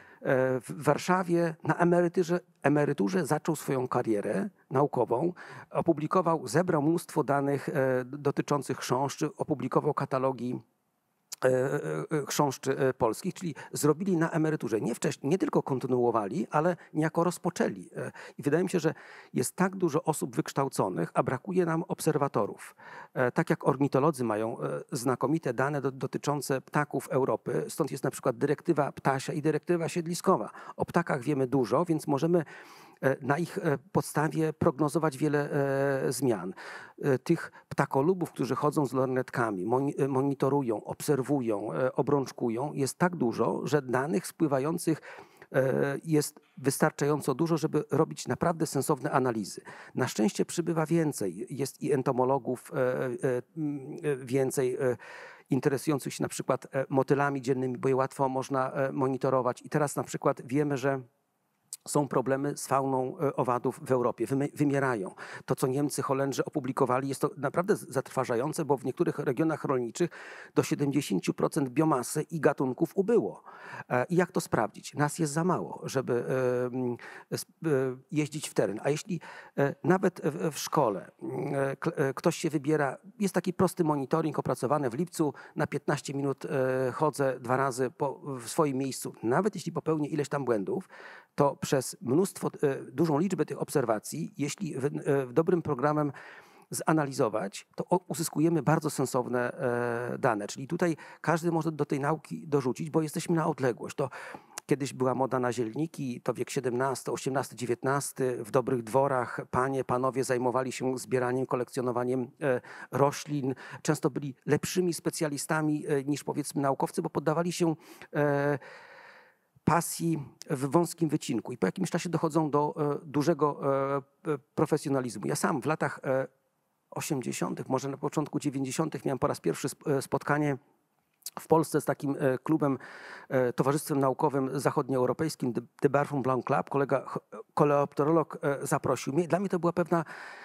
w Warszawie na emeryturze, emeryturze zaczął swoją karierę naukową, opublikował, zebrał mnóstwo danych e, dotyczących chrząszczy, opublikował katalogi e, e, chrząszczy e, polskich, czyli zrobili na emeryturze. Nie wcześniej, nie tylko kontynuowali, ale niejako rozpoczęli. E, I wydaje mi się, że jest tak dużo osób wykształconych, a brakuje nam obserwatorów. E, Tak jak ornitolodzy mają e, znakomite dane do, dotyczące ptaków Europy, stąd jest na przykład dyrektywa ptasia i dyrektywa siedliskowa. O ptakach wiemy dużo, więc możemy e, na ich e, podstawie prognozować wiele e, zmian. E, Tych ptakolubów, którzy chodzą z lornetkami, moni- e, monitorują, obserwują, e, obrączkują, jest tak dużo, że danych spływających e, jest wystarczająco dużo, żeby robić naprawdę sensowne analizy. Na szczęście przybywa więcej. Jest i entomologów e, e, m, e, więcej e, interesujących się na przykład e, motylami dziennymi, bo je łatwo można e, monitorować. I teraz na przykład wiemy, że Są problemy z fauną e, owadów w Europie, Wymy- wymierają. To, co Niemcy, Holendrzy opublikowali, jest to naprawdę z- zatrważające, bo w niektórych regionach rolniczych do siedemdziesiąt procent biomasy i gatunków ubyło. E, I jak to sprawdzić? Nas jest za mało, żeby e, m, sp- e, jeździć w teren. A jeśli e, nawet w, w szkole m, e, k- e, ktoś się wybiera, jest taki prosty monitoring opracowany w lipcu, na piętnaście minut e, chodzę dwa razy po, w swoim miejscu, nawet jeśli popełnię ileś tam błędów, to przez mnóstwo, e, dużą liczbę tych obserwacji, jeśli w, e, w dobrym programem zanalizować, to o- uzyskujemy bardzo sensowne e, dane. Czyli tutaj każdy może do tej nauki dorzucić, bo jesteśmy na odległość. To kiedyś była moda na zielniki, to wiek siedemnasty, osiemnasty, dziewiętnasty. W dobrych dworach panie, panowie zajmowali się zbieraniem, kolekcjonowaniem e, roślin. Często byli lepszymi specjalistami e, niż powiedzmy naukowcy, bo poddawali się e, pasji w wąskim wycinku i po jakimś czasie dochodzą do e, dużego e, e, profesjonalizmu. Ja sam w latach e, osiemdziesiątych, może na początku dziewięćdziesiątych miałem po raz pierwszy sp- e, spotkanie w Polsce z takim e, klubem, e, towarzystwem naukowym zachodnioeuropejskim, The- The Barfum Blanc Club. Kolega, ch- koleopterolog e, zaprosił mnie. Dla mnie to była pewna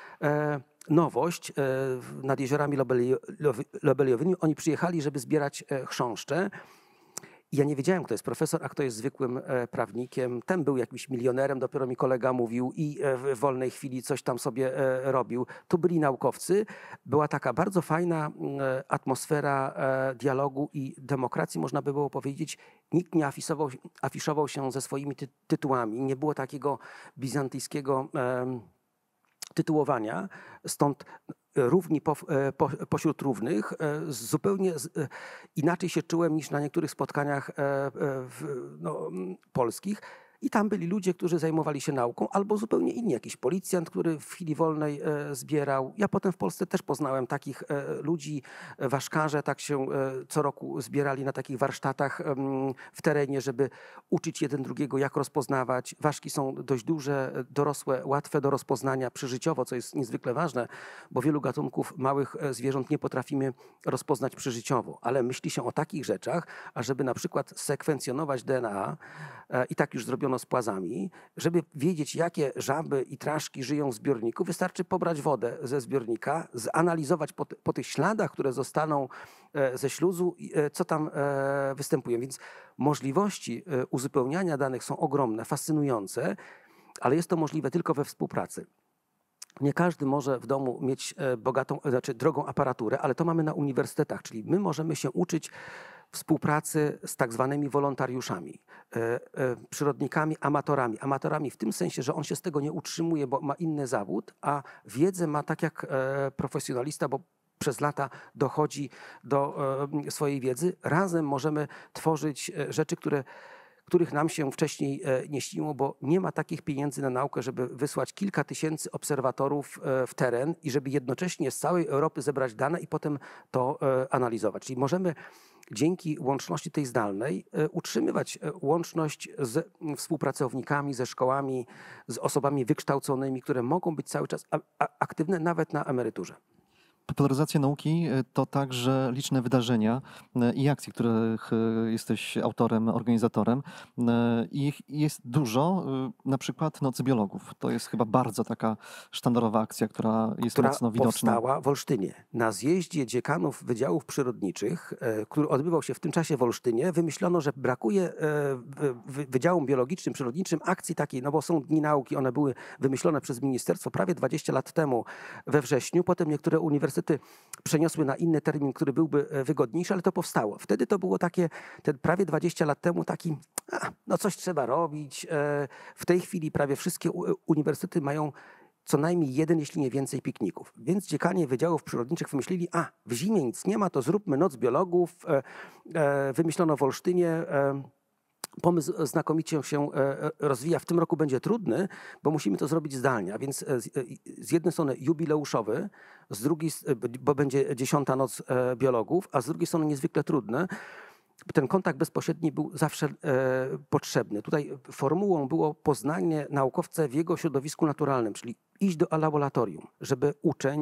e, nowość. E, w- nad jeziorami Lobelio- Lowi- Lobeliowymi oni przyjechali, żeby zbierać e, chrząszcze. I ja nie wiedziałem, kto jest profesor, a kto jest zwykłym e, prawnikiem. Ten był jakimś milionerem, dopiero mi kolega mówił i e, w wolnej chwili coś tam sobie e, robił. Tu byli naukowcy. Była taka bardzo fajna mm, e, atmosfera e, dialogu i demokracji, można by było powiedzieć. Nikt nie afiszował, afiszował się ze swoimi ty, tytułami. Nie było takiego bizantyjskiego em, tytułowania, stąd równi po, e, po, pośród równych. e, Zupełnie z- e, inaczej się czułem niż na niektórych spotkaniach e, e, w, no, m, polskich. I tam byli ludzie, którzy zajmowali się nauką, albo zupełnie inni. Jakiś policjant, który w chwili wolnej e, zbierał. Ja potem w Polsce też poznałem takich e, ludzi, e, ważkarze, tak się e, co roku zbierali na takich warsztatach em, w terenie, żeby uczyć jeden drugiego, jak rozpoznawać. Ważki są dość duże, e, dorosłe, łatwe do rozpoznania przyżyciowo, co jest niezwykle ważne, bo wielu gatunków małych e, zwierząt nie potrafimy rozpoznać przyżyciowo. Ale myśli się o takich rzeczach, ażeby na przykład sekwencjonować D N A, e, i tak już zrobiono z płazami, żeby wiedzieć, jakie żaby i traszki żyją w zbiorniku, wystarczy pobrać wodę ze zbiornika, zanalizować po, ty- po tych śladach, które zostaną e, ze śluzu, i, e, co tam e, występuje. Więc możliwości e, uzupełniania danych są ogromne, fascynujące, ale jest to możliwe tylko we współpracy. Nie każdy może w domu mieć e, bogatą, e, znaczy drogą aparaturę, ale to mamy na uniwersytetach, czyli my możemy się uczyć współpracy z tak zwanymi wolontariuszami, e, e, przyrodnikami, amatorami. Amatorami w tym sensie, że on się z tego nie utrzymuje, bo ma inny zawód, a wiedzę ma tak jak e, profesjonalista, bo przez lata dochodzi do e, swojej wiedzy. Razem możemy tworzyć e, rzeczy, które których nam się wcześniej e, nie śniło, bo nie ma takich pieniędzy na naukę, żeby wysłać kilka tysięcy obserwatorów e, w teren i żeby jednocześnie z całej Europy zebrać dane i potem to e, analizować. Czyli możemy dzięki łączności tej zdalnej e, utrzymywać e, łączność z mm, współpracownikami, ze szkołami, z osobami wykształconymi, które mogą być cały czas a, a, aktywne nawet na emeryturze. Popularyzacja nauki e, to także liczne wydarzenia e, i akcje, których e, jesteś autorem, organizatorem. E, I ich jest dużo, e, na przykład Nocy Biologów. To jest chyba bardzo taka sztandarowa akcja, która jest która mocno widoczna. powstała w Olsztynie. Na zjeździe dziekanów Wydziałów Przyrodniczych, e, który odbywał się w tym czasie w Olsztynie, wymyślono, że brakuje e, w- w- Wydziałom Biologicznym, Przyrodniczym akcji takiej, no bo są Dni Nauki, one były wymyślone przez ministerstwo prawie dwadzieścia lat temu we wrześniu. Potem niektóre uniwersytety przeniosły na inny termin, który byłby e, wygodniejszy, ale to powstało. Wtedy to było takie, te prawie dwadzieścia lat temu taki, a, no coś trzeba robić. E, W tej chwili prawie wszystkie u- uniwersytety mają co najmniej jeden, jeśli nie więcej pikników. Więc dziekanie wydziałów przyrodniczych wymyślili, a w zimie nic nie ma, to zróbmy Noc Biologów. E, e, Wymyślono w Olsztynie. e, Pomysł znakomicie się e, rozwija. W tym roku będzie trudny, bo musimy to zrobić zdalnie. A więc e, z, e, z jednej strony jubileuszowy, z drugiej, s- e, bo będzie dziesiąta Noc e, Biologów, a z drugiej strony niezwykle trudny. Ten kontakt bezpośredni był zawsze e, potrzebny. Tutaj formułą było poznanie naukowca w jego środowisku naturalnym, czyli iść do laboratorium, żeby uczeń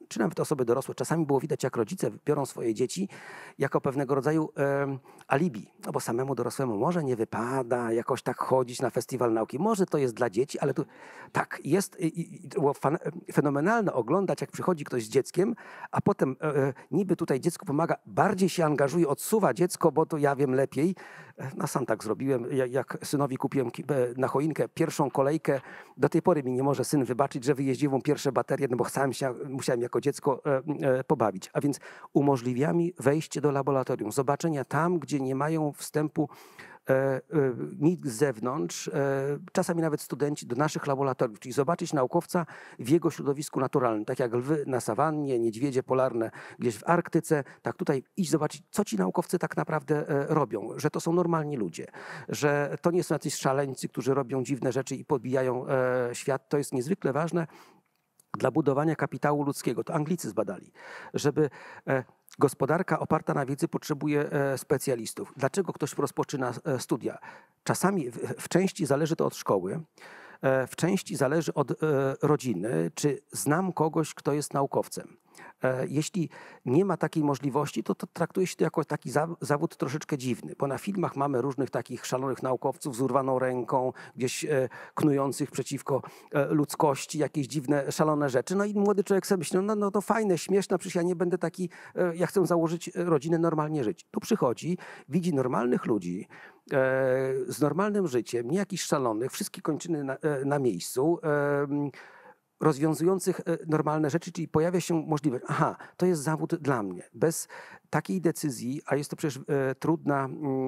czy nawet osoby dorosłe, czasami było widać, jak rodzice biorą swoje dzieci jako pewnego rodzaju e, alibi. No bo samemu dorosłemu może nie wypada jakoś tak chodzić na festiwal nauki. Może to jest dla dzieci, ale tu tak, jest i, i, to było fan, fenomenalne oglądać, jak przychodzi ktoś z dzieckiem, a potem e, niby tutaj dziecko pomaga, bardziej się angażuje, odsuwa dziecko, bo to ja wiem lepiej. No sam tak zrobiłem, jak, jak synowi kupiłem na choinkę pierwszą kolejkę. Do tej pory mi nie może syn wybaczyć, że wyjeździłem pierwsze baterie, no bo sam się, musiałem jako dziecko e, e, pobawić. A więc umożliwiamy wejście do laboratorium, zobaczenia tam, gdzie nie mają wstępu e, e, nikt z zewnątrz, e, czasami nawet studenci do naszych laboratoriów, czyli zobaczyć naukowca w jego środowisku naturalnym, tak jak lwy na sawannie, niedźwiedzie polarne gdzieś w Arktyce, tak tutaj iść zobaczyć, co ci naukowcy tak naprawdę e, robią, że to są normalni ludzie, że to nie są jacyś szaleńcy, którzy robią dziwne rzeczy i podbijają e, świat. To jest niezwykle ważne dla budowania kapitału ludzkiego. To Anglicy zbadali, żeby e, gospodarka oparta na wiedzy potrzebuje e, specjalistów. Dlaczego ktoś rozpoczyna e, studia? Czasami w, w części zależy to od szkoły, e, w części zależy od e, rodziny, czy znam kogoś, kto jest naukowcem. E, jeśli nie ma takiej możliwości, to, to traktuje się to jako taki za, zawód troszeczkę dziwny, bo na filmach mamy różnych takich szalonych naukowców z urwaną ręką, gdzieś e, knujących przeciwko e, ludzkości, jakieś dziwne, szalone rzeczy. No i młody człowiek sobie myśli, no, no to fajne, śmieszne, przecież ja nie będę taki, e, ja chcę założyć rodzinę, normalnie żyć. Tu przychodzi, widzi normalnych ludzi, e, z normalnym życiem, nie jakichś szalonych, wszystkie kończyny na, e, na miejscu, e, rozwiązujących normalne rzeczy, czyli pojawia się możliwość, aha, to jest zawód dla mnie. Bez takiej decyzji, a jest to przecież e, trudna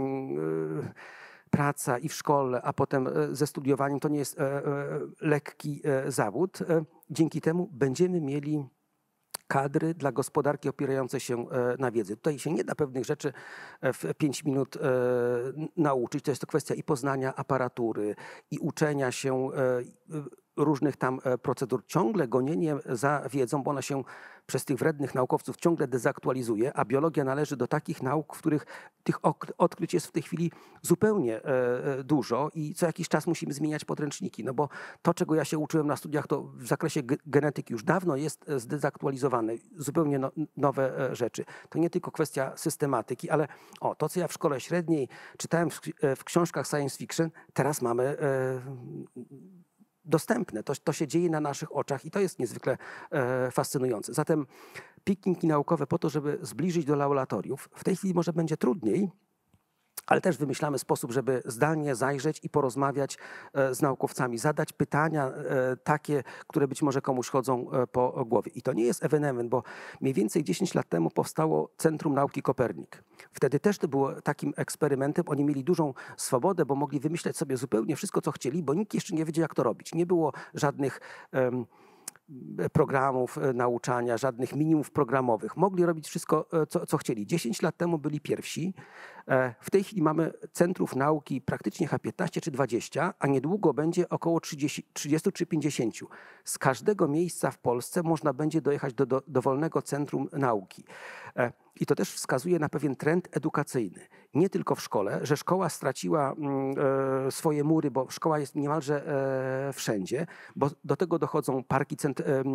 mm, e, praca i w szkole, a potem e, ze studiowaniem, to nie jest e, e, lekki e, zawód. E, dzięki temu będziemy mieli kadry dla gospodarki opierające się na wiedzy. Tutaj się nie da pewnych rzeczy w pięć minut nauczyć. To jest to kwestia i poznania aparatury, i uczenia się różnych tam procedur. Ciągle gonienie za wiedzą, bo ona się przez tych wrednych naukowców ciągle dezaktualizuje, a biologia należy do takich nauk, w których tych odkryć jest w tej chwili zupełnie dużo i co jakiś czas musimy zmieniać podręczniki, no bo to, czego ja się uczyłem na studiach, to w zakresie genetyki już dawno jest zdezaktualizowane, zupełnie no, nowe rzeczy. To nie tylko kwestia systematyki, ale o, to, co ja w szkole średniej czytałem w, w książkach science fiction, teraz mamy e, dostępne. To, to się dzieje na naszych oczach i to jest niezwykle e, fascynujące. Zatem pikniki naukowe po to, żeby zbliżyć do laboratoriów. W tej chwili może będzie trudniej, ale też wymyślamy sposób, żeby zdalnie zajrzeć i porozmawiać e, z naukowcami, zadać pytania e, takie, które być może komuś chodzą e, po głowie. I to nie jest ewenement, bo mniej więcej dziesięć lat temu powstało Centrum Nauki Kopernik. Wtedy też to było takim eksperymentem. Oni mieli dużą swobodę, bo mogli wymyśleć sobie zupełnie wszystko, co chcieli, bo nikt jeszcze nie wiedział, jak to robić. Nie było żadnych em, programów nauczania, żadnych minimów programowych. Mogli robić wszystko, co, co chcieli. dziesięć lat temu byli pierwsi. W tej chwili mamy centrów nauki praktycznie chyba piętnaście czy dwadzieścia, a niedługo będzie około trzydzieści, trzydzieści czy pięćdziesiąt. Z każdego miejsca w Polsce można będzie dojechać do, do dowolnego centrum nauki. I to też wskazuje na pewien trend edukacyjny. Nie tylko w szkole, że szkoła straciła e, swoje mury, bo szkoła jest niemalże e, wszędzie, bo do tego dochodzą parki cent, e, e,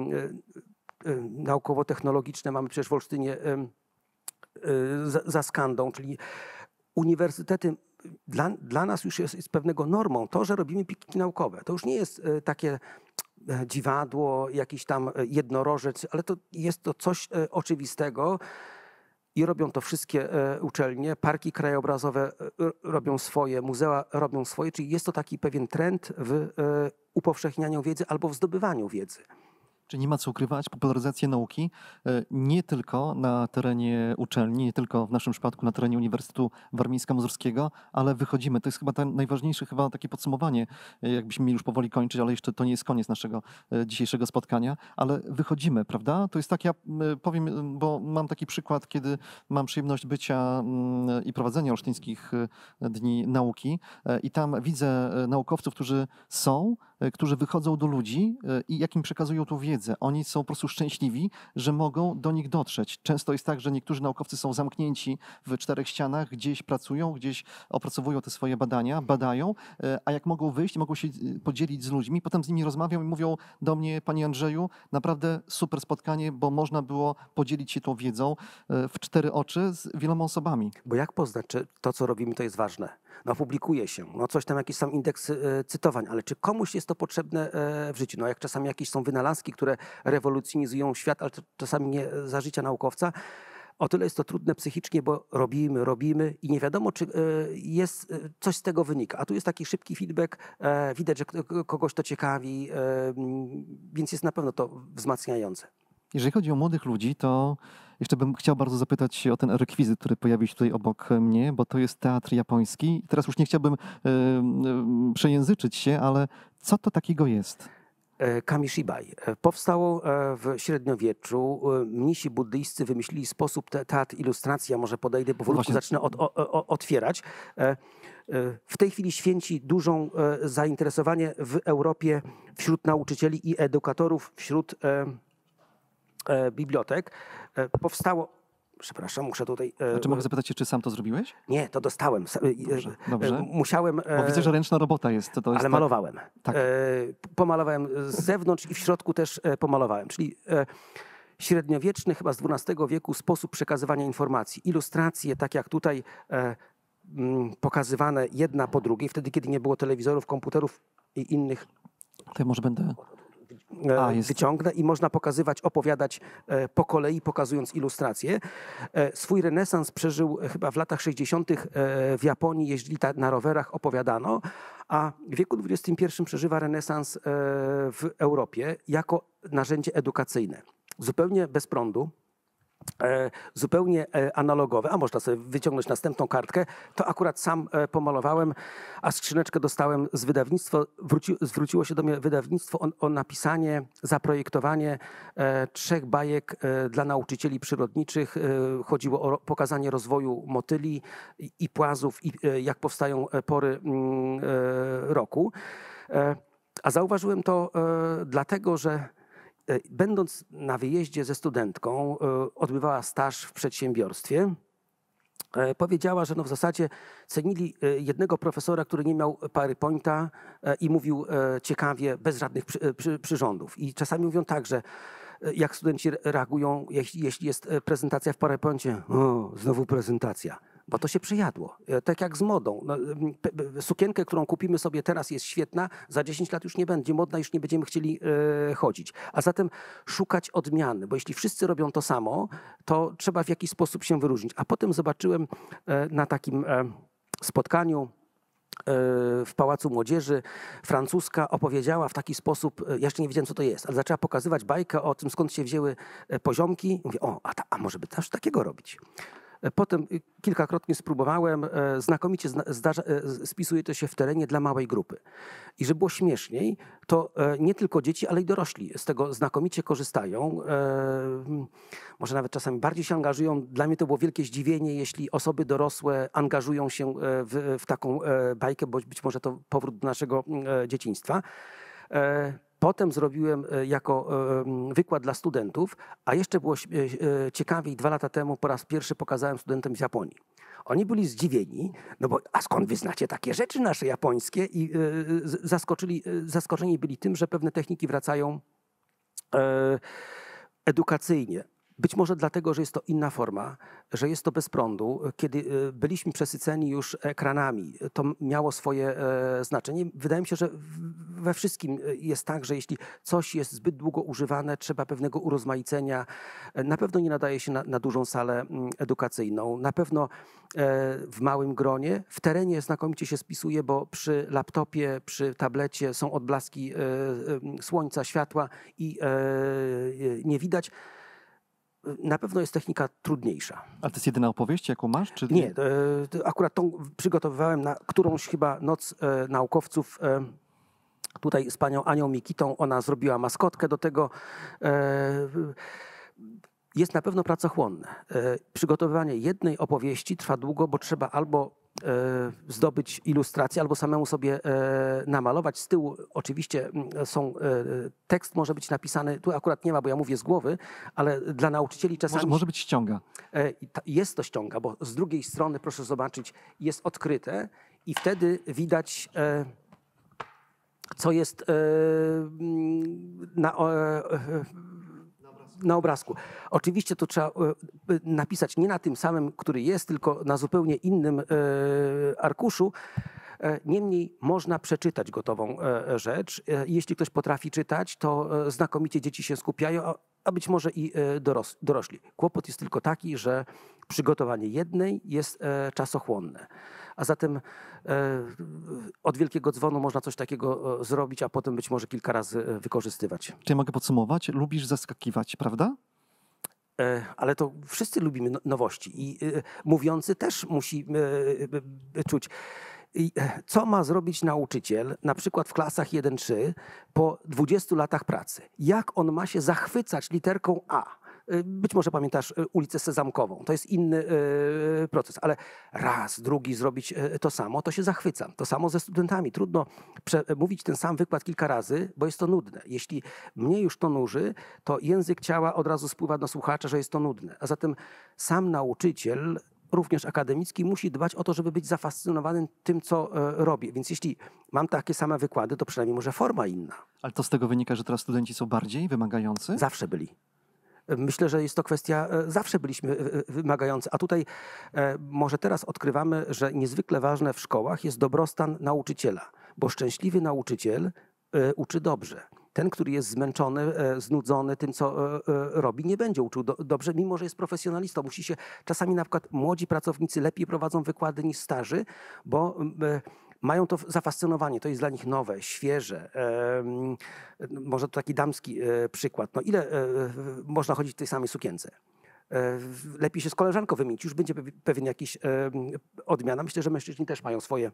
naukowo-technologiczne. Mamy przecież w Olsztynie e, e, za, za Skandą, czyli uniwersytety. Dla, dla nas już jest, jest pewnego normą to, że robimy pikniki naukowe. To już nie jest e, takie dziwadło, jakiś tam jednorożec, ale to jest to coś e, oczywistego. I robią to wszystkie e, uczelnie, parki krajobrazowe e, robią swoje, muzea robią swoje, czyli jest to taki pewien trend w e, upowszechnianiu wiedzy albo w zdobywaniu wiedzy. Czyli nie ma co ukrywać, popularyzacja nauki nie tylko na terenie uczelni, nie tylko w naszym przypadku na terenie Uniwersytetu Warmińsko-Mazurskiego, ale wychodzimy. To jest chyba ten najważniejsze chyba takie podsumowanie, jakbyśmy mieli już powoli kończyć, ale jeszcze to nie jest koniec naszego dzisiejszego spotkania, ale wychodzimy, prawda? To jest tak, ja powiem, bo mam taki przykład, kiedy mam przyjemność bycia i prowadzenia Olsztyńskich Dni Nauki i tam widzę naukowców, którzy są, którzy wychodzą do ludzi i jak im przekazują tą wiedzę. wiedzę. Oni są po prostu szczęśliwi, że mogą do nich dotrzeć. Często jest tak, że niektórzy naukowcy są zamknięci w czterech ścianach, gdzieś pracują, gdzieś opracowują te swoje badania, badają, e, a jak mogą wyjść, mogą się e, podzielić z ludźmi, potem z nimi rozmawiam i mówią do mnie: panie Andrzeju, naprawdę super spotkanie, bo można było podzielić się tą wiedzą e, w cztery oczy z wieloma osobami. Bo jak poznać, czy to, co robimy, to jest ważne? No publikuje się, no coś tam, jakiś sam indeks e, cytowań, ale czy komuś jest to potrzebne e, w życiu? No jak czasami jakieś są wynalazki, które rewolucjonizują świat, ale czasami nie za życia naukowca, o tyle jest to trudne psychicznie, bo robimy, robimy i nie wiadomo, czy e, jest e, coś z tego wynika. A tu jest taki szybki feedback, e, widać, że k- kogoś to ciekawi, e, mm, więc jest na pewno to wzmacniające. Jeżeli chodzi o młodych ludzi, to jeszcze bym chciał bardzo zapytać się o ten rekwizyt, który pojawił się tutaj obok mnie, bo to jest teatr japoński. I teraz już nie chciałbym e, e, przejęzyczyć się, ale co to takiego jest? E, Kamishibai. E, Powstało e, w średniowieczu. E, Mnisi buddyjscy wymyślili sposób, te, teatr ilustracji. Ja może podejdę, powolutku Właśnie. zacznę od, o, o, otwierać. E, e, W tej chwili święci dużą e, zainteresowanie w Europie wśród nauczycieli i edukatorów, wśród e, e, bibliotek. E, Powstało, przepraszam, muszę tutaj... e, A czy mogę zapytać się, czy sam to zrobiłeś? Nie, to dostałem. Sa- e, Dobrze, e, dobrze. Musiałem... Bo e, widzę, że ręczna robota jest. To, to jest Ale tak- malowałem. tak. E, pomalowałem z zewnątrz i w środku też e, pomalowałem. Czyli e, średniowieczny, chyba z dwunastego wieku, sposób przekazywania informacji. Ilustracje, tak jak tutaj e, m, pokazywane jedna po drugiej, wtedy, kiedy nie było telewizorów, komputerów i innych, To ja może będę... e, A, jest. wyciągnę i można pokazywać, opowiadać e, po kolei, pokazując ilustracje. E, Swój renesans przeżył e, chyba w latach sześćdziesiątych e, w Japonii, jeździli ta, na rowerach, opowiadano, a w wieku dwudziestym pierwszym przeżywa renesans e, w Europie jako narzędzie edukacyjne. Zupełnie bez prądu. E, zupełnie e, analogowe, a można sobie wyciągnąć następną kartkę, to akurat sam e, pomalowałem, a skrzyneczkę dostałem z wydawnictwa, wróci, zwróciło się do mnie wydawnictwo o, o napisanie, zaprojektowanie e, trzech bajek e, dla nauczycieli przyrodniczych. E, chodziło o ro, pokazanie rozwoju motyli i, i płazów, i e, jak powstają e, pory mm, e, roku. E, a zauważyłem to e, dlatego, że E, Będąc na wyjeździe ze studentką, e, odbywała staż w przedsiębiorstwie. E, Powiedziała, że no w zasadzie cenili e, jednego profesora, który nie miał PowerPointa e, i mówił e, ciekawie, bez żadnych przy, e, przy, przyrządów. I czasami mówią tak, że e, jak studenci reagują, jeśli, jeśli jest e, prezentacja w PowerPoincie, o, znowu prezentacja. Bo to się przejadło. E, Tak jak z modą. No, m, pe- pe- sukienkę, którą kupimy sobie teraz, jest świetna, za dziesięć lat już nie będzie modna, już nie będziemy chcieli e, chodzić. A zatem szukać odmiany, bo jeśli wszyscy robią to samo, to trzeba w jakiś sposób się wyróżnić. A potem zobaczyłem e, na takim e, spotkaniu e, w Pałacu Młodzieży, francuska opowiedziała w taki sposób, e, ja jeszcze nie wiedziałem, co to jest, ale zaczęła pokazywać bajkę o tym, skąd się wzięły e, poziomki. Mówię, o, a, ta, a może by też takiego robić. E, Potem y, kilkakrotnie spróbowałem, e, znakomicie zna, zdarza, e, z- spisuje to się w terenie dla małej grupy. I żeby było śmieszniej, to e, nie tylko dzieci, ale i dorośli z tego znakomicie korzystają. E, m, Może nawet czasami bardziej się angażują. Dla mnie to było wielkie zdziwienie, jeśli osoby dorosłe angażują się e, w, w taką e, bajkę, bo być może to powrót do naszego e, dzieciństwa. E, Potem zrobiłem e, jako e, m, wykład dla studentów, a jeszcze było ś- e, e, ciekawiej, dwa lata temu po raz pierwszy pokazałem studentom z Japonii. Oni byli zdziwieni, no bo a skąd wy znacie takie rzeczy nasze japońskie? I e, z- zaskoczyli, e, zaskoczeni byli tym, że pewne techniki wracają e, edukacyjnie. Być może dlatego, że jest to inna forma, że jest to bez prądu. Kiedy e, byliśmy przesyceni już ekranami, to miało swoje e, znaczenie. Wydaje mi się, że w- we wszystkim e, jest tak, że jeśli coś jest zbyt długo używane, trzeba pewnego urozmaicenia. E, Na pewno nie nadaje się na, na dużą salę mm, edukacyjną. Na pewno e, w małym gronie. W terenie znakomicie się spisuje, bo przy laptopie, przy tablecie są odblaski e, e, słońca, światła i e, e, nie widać. Na pewno jest technika trudniejsza. Ale to jest jedyna opowieść, jaką masz? Czy... Nie, e, to akurat tą przygotowywałem na którąś chyba noc e, naukowców. E, tutaj z panią Anią Mikitą, ona zrobiła maskotkę do tego. E, jest na pewno pracochłonne. E, Przygotowywanie jednej opowieści trwa długo, bo trzeba albo zdobyć ilustrację albo samemu sobie namalować. Z tyłu oczywiście są, tekst może być napisany, tu akurat nie ma, bo ja mówię z głowy, ale dla nauczycieli czasami... Może, może być ściąga. Jest to ściąga, bo z drugiej strony, proszę zobaczyć, jest odkryte i wtedy widać, co jest na, na obrazku. Oczywiście to trzeba napisać nie na tym samym, który jest, tylko na zupełnie innym arkuszu. Niemniej można przeczytać gotową rzecz. Jeśli ktoś potrafi czytać, to znakomicie dzieci się skupiają, a być może i doros dorośli. Kłopot jest tylko taki, że przygotowanie jednej jest czasochłonne. A zatem od wielkiego dzwonu można coś takiego zrobić, a potem być może kilka razy wykorzystywać. Czy ja mogę podsumować? Lubisz zaskakiwać, prawda? Ale to wszyscy lubimy nowości i mówiący też musi czuć. I co ma zrobić nauczyciel, na przykład w klasach jeden trzy, po dwudziestu latach pracy? Jak on ma się zachwycać literką A? Być może pamiętasz ulicę Sezamkową, to jest inny proces, ale raz, drugi zrobić to samo, to się zachwycam. To samo ze studentami. Trudno mówić ten sam wykład kilka razy, bo jest to nudne. Jeśli mnie już to nuży, to język ciała od razu spływa do słuchacza, że jest to nudne. A zatem sam nauczyciel, również akademicki, musi dbać o to, żeby być zafascynowany tym, co robi. Więc jeśli mam takie same wykłady, to przynajmniej może forma inna. Ale to z tego wynika, że teraz studenci są bardziej wymagający? Zawsze byli. Myślę, że jest to kwestia, zawsze byliśmy wymagający, a tutaj może teraz odkrywamy, że niezwykle ważne w szkołach jest dobrostan nauczyciela, bo szczęśliwy nauczyciel uczy dobrze. Ten, który jest zmęczony, znudzony tym, co robi, nie będzie uczył do, dobrze, mimo że jest profesjonalistą. Musi się, czasami na przykład młodzi pracownicy lepiej prowadzą wykłady niż starzy, bo mają to zafascynowanie, to jest dla nich nowe, świeże. Może to taki damski przykład. No ile można chodzić w tej samej sukience? Lepiej się z koleżanką wymienić, już będzie pewien jakiś odmiana. Myślę, że mężczyźni też mają swoje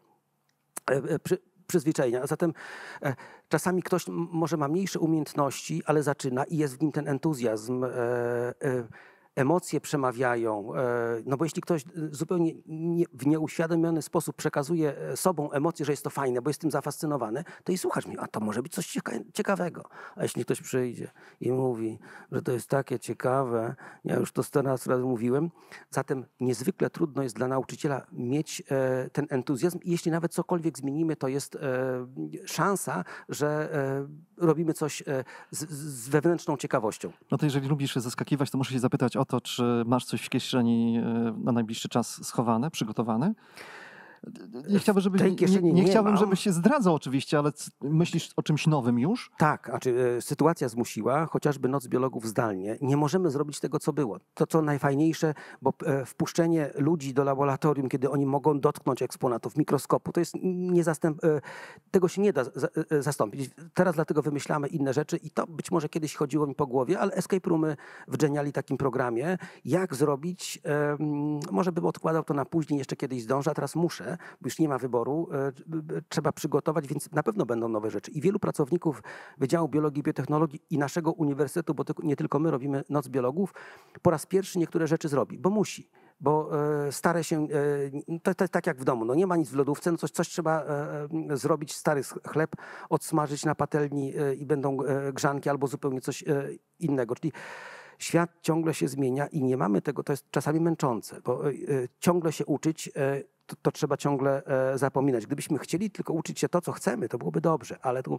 przy, przyzwyczajenia. A zatem e, czasami ktoś może ma mniejsze umiejętności, ale zaczyna i jest w nim ten entuzjazm, e, e, emocje przemawiają. E, no bo jeśli ktoś zupełnie nie, w nieuświadomiony sposób przekazuje sobą emocje, że jest to fajne, bo jest tym zafascynowany, to i słuchasz mi, a to może być coś cieka ciekawego. A jeśli ktoś przyjdzie i mówi, że to jest takie ciekawe, ja już to sto razy mówiłem, zatem niezwykle trudno jest dla nauczyciela mieć e, ten entuzjazm i jeśli nawet cokolwiek zmienimy, to jest e, szansa, że e, robimy coś e, z, z wewnętrzną ciekawością. No to jeżeli lubisz zaskakiwać, to muszę się zapytać o to, czy masz coś w kieszeni na najbliższy czas schowane, przygotowane? Nie chciałbym, żebyś, nie, nie, nie chciałbym, żebyś się zdradzał oczywiście, ale myślisz o czymś nowym już? Tak, znaczy, sytuacja zmusiła, chociażby Noc Biologów zdalnie. Nie możemy zrobić tego, co było. To, co najfajniejsze, bo wpuszczenie ludzi do laboratorium, kiedy oni mogą dotknąć eksponatów mikroskopu, to jest niezastęp... Tego się nie da zastąpić. Teraz dlatego wymyślamy inne rzeczy i to być może kiedyś chodziło mi po głowie, ale escape roomy wdrzeniali takim programie, jak zrobić, może bym odkładał to na później, jeszcze kiedyś zdążę, a teraz muszę, bo już nie ma wyboru, trzeba przygotować, więc na pewno będą nowe rzeczy. I wielu pracowników Wydziału Biologii i Biotechnologii i naszego uniwersytetu, bo nie tylko my robimy Noc Biologów, po raz pierwszy niektóre rzeczy zrobi, bo musi. Bo stare się, to, to tak jak w domu, no nie ma nic w lodówce, no coś, coś trzeba zrobić, stary chleb odsmażyć na patelni i będą grzanki albo zupełnie coś innego. Czyli świat ciągle się zmienia i nie mamy tego, to jest czasami męczące, bo ciągle się uczyć, to, to trzeba ciągle zapominać. Gdybyśmy chcieli tylko uczyć się to, co chcemy, to byłoby dobrze, ale tu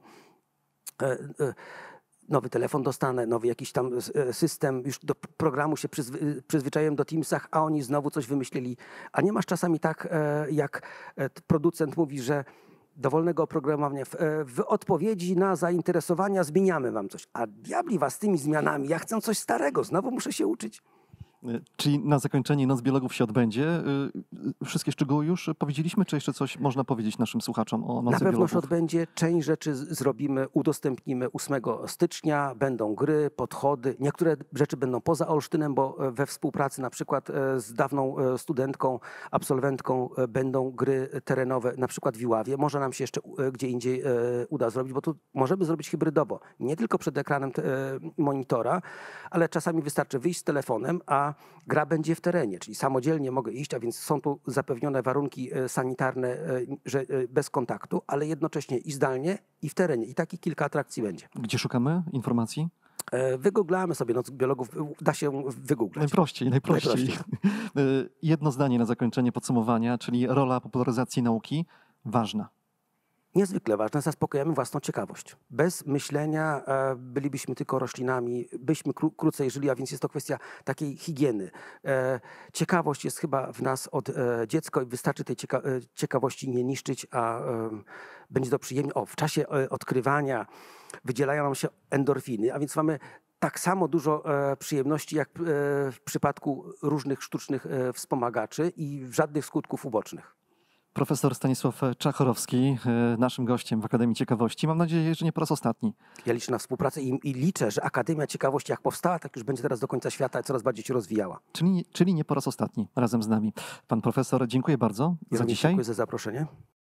nowy telefon dostanę, nowy jakiś tam system, już do programu się przyzwy, przyzwyczaiłem do Teamsach, a oni znowu coś wymyślili. A nie masz czasami tak, jak producent mówi, że dowolnego oprogramowania w, w odpowiedzi na zainteresowania zmieniamy wam coś. A diabli was z tymi zmianami, ja chcę coś starego, znowu muszę się uczyć. Czyli na zakończenie Noc Biologów się odbędzie. Wszystkie szczegóły już powiedzieliśmy, czy jeszcze coś można powiedzieć naszym słuchaczom o Nocy Biologów? Na pewno się odbędzie. Część rzeczy zrobimy, udostępnimy ósmego stycznia. Będą gry, podchody. Niektóre rzeczy będą poza Olsztynem, bo we współpracy na przykład z dawną studentką, absolwentką będą gry terenowe, na przykład w Iławie. Może nam się jeszcze gdzie indziej uda zrobić, bo tu możemy zrobić hybrydowo. Nie tylko przed ekranem monitora, ale czasami wystarczy wyjść z telefonem, a gra będzie w terenie, czyli samodzielnie mogę iść, a więc są tu zapewnione warunki e, sanitarne, e, że e, bez kontaktu, ale jednocześnie i zdalnie, i w terenie. I takich kilka atrakcji będzie. Gdzie szukamy informacji? E, Wygooglamy sobie, no, biologów da się wygooglać. Najprościej, najprościej. Najprościej. Jedno zdanie na zakończenie podsumowania, czyli rola popularyzacji nauki ważna. Niezwykle ważne, zaspokajamy własną ciekawość. Bez myślenia e, bylibyśmy tylko roślinami, byśmy kró, krócej żyli, a więc jest to kwestia takiej higieny. E, ciekawość jest chyba w nas od e, dziecka i wystarczy tej cieka, e, ciekawości nie niszczyć, a e, będzie to przyjemnie. O, w czasie e, odkrywania wydzielają nam się endorfiny, a więc mamy tak samo dużo e, przyjemności jak e, w przypadku różnych sztucznych e, wspomagaczy i żadnych skutków ubocznych. Profesor Stanisław Czachorowski, naszym gościem w Akademii Ciekawości. Mam nadzieję, że nie po raz ostatni. Ja liczę na współpracę i, i liczę, że Akademia Ciekawości jak powstała, tak już będzie teraz do końca świata i coraz bardziej się rozwijała. Czyli, czyli nie po raz ostatni razem z nami. Pan profesor, dziękuję bardzo Ja za dzisiaj. Dziękuję za zaproszenie.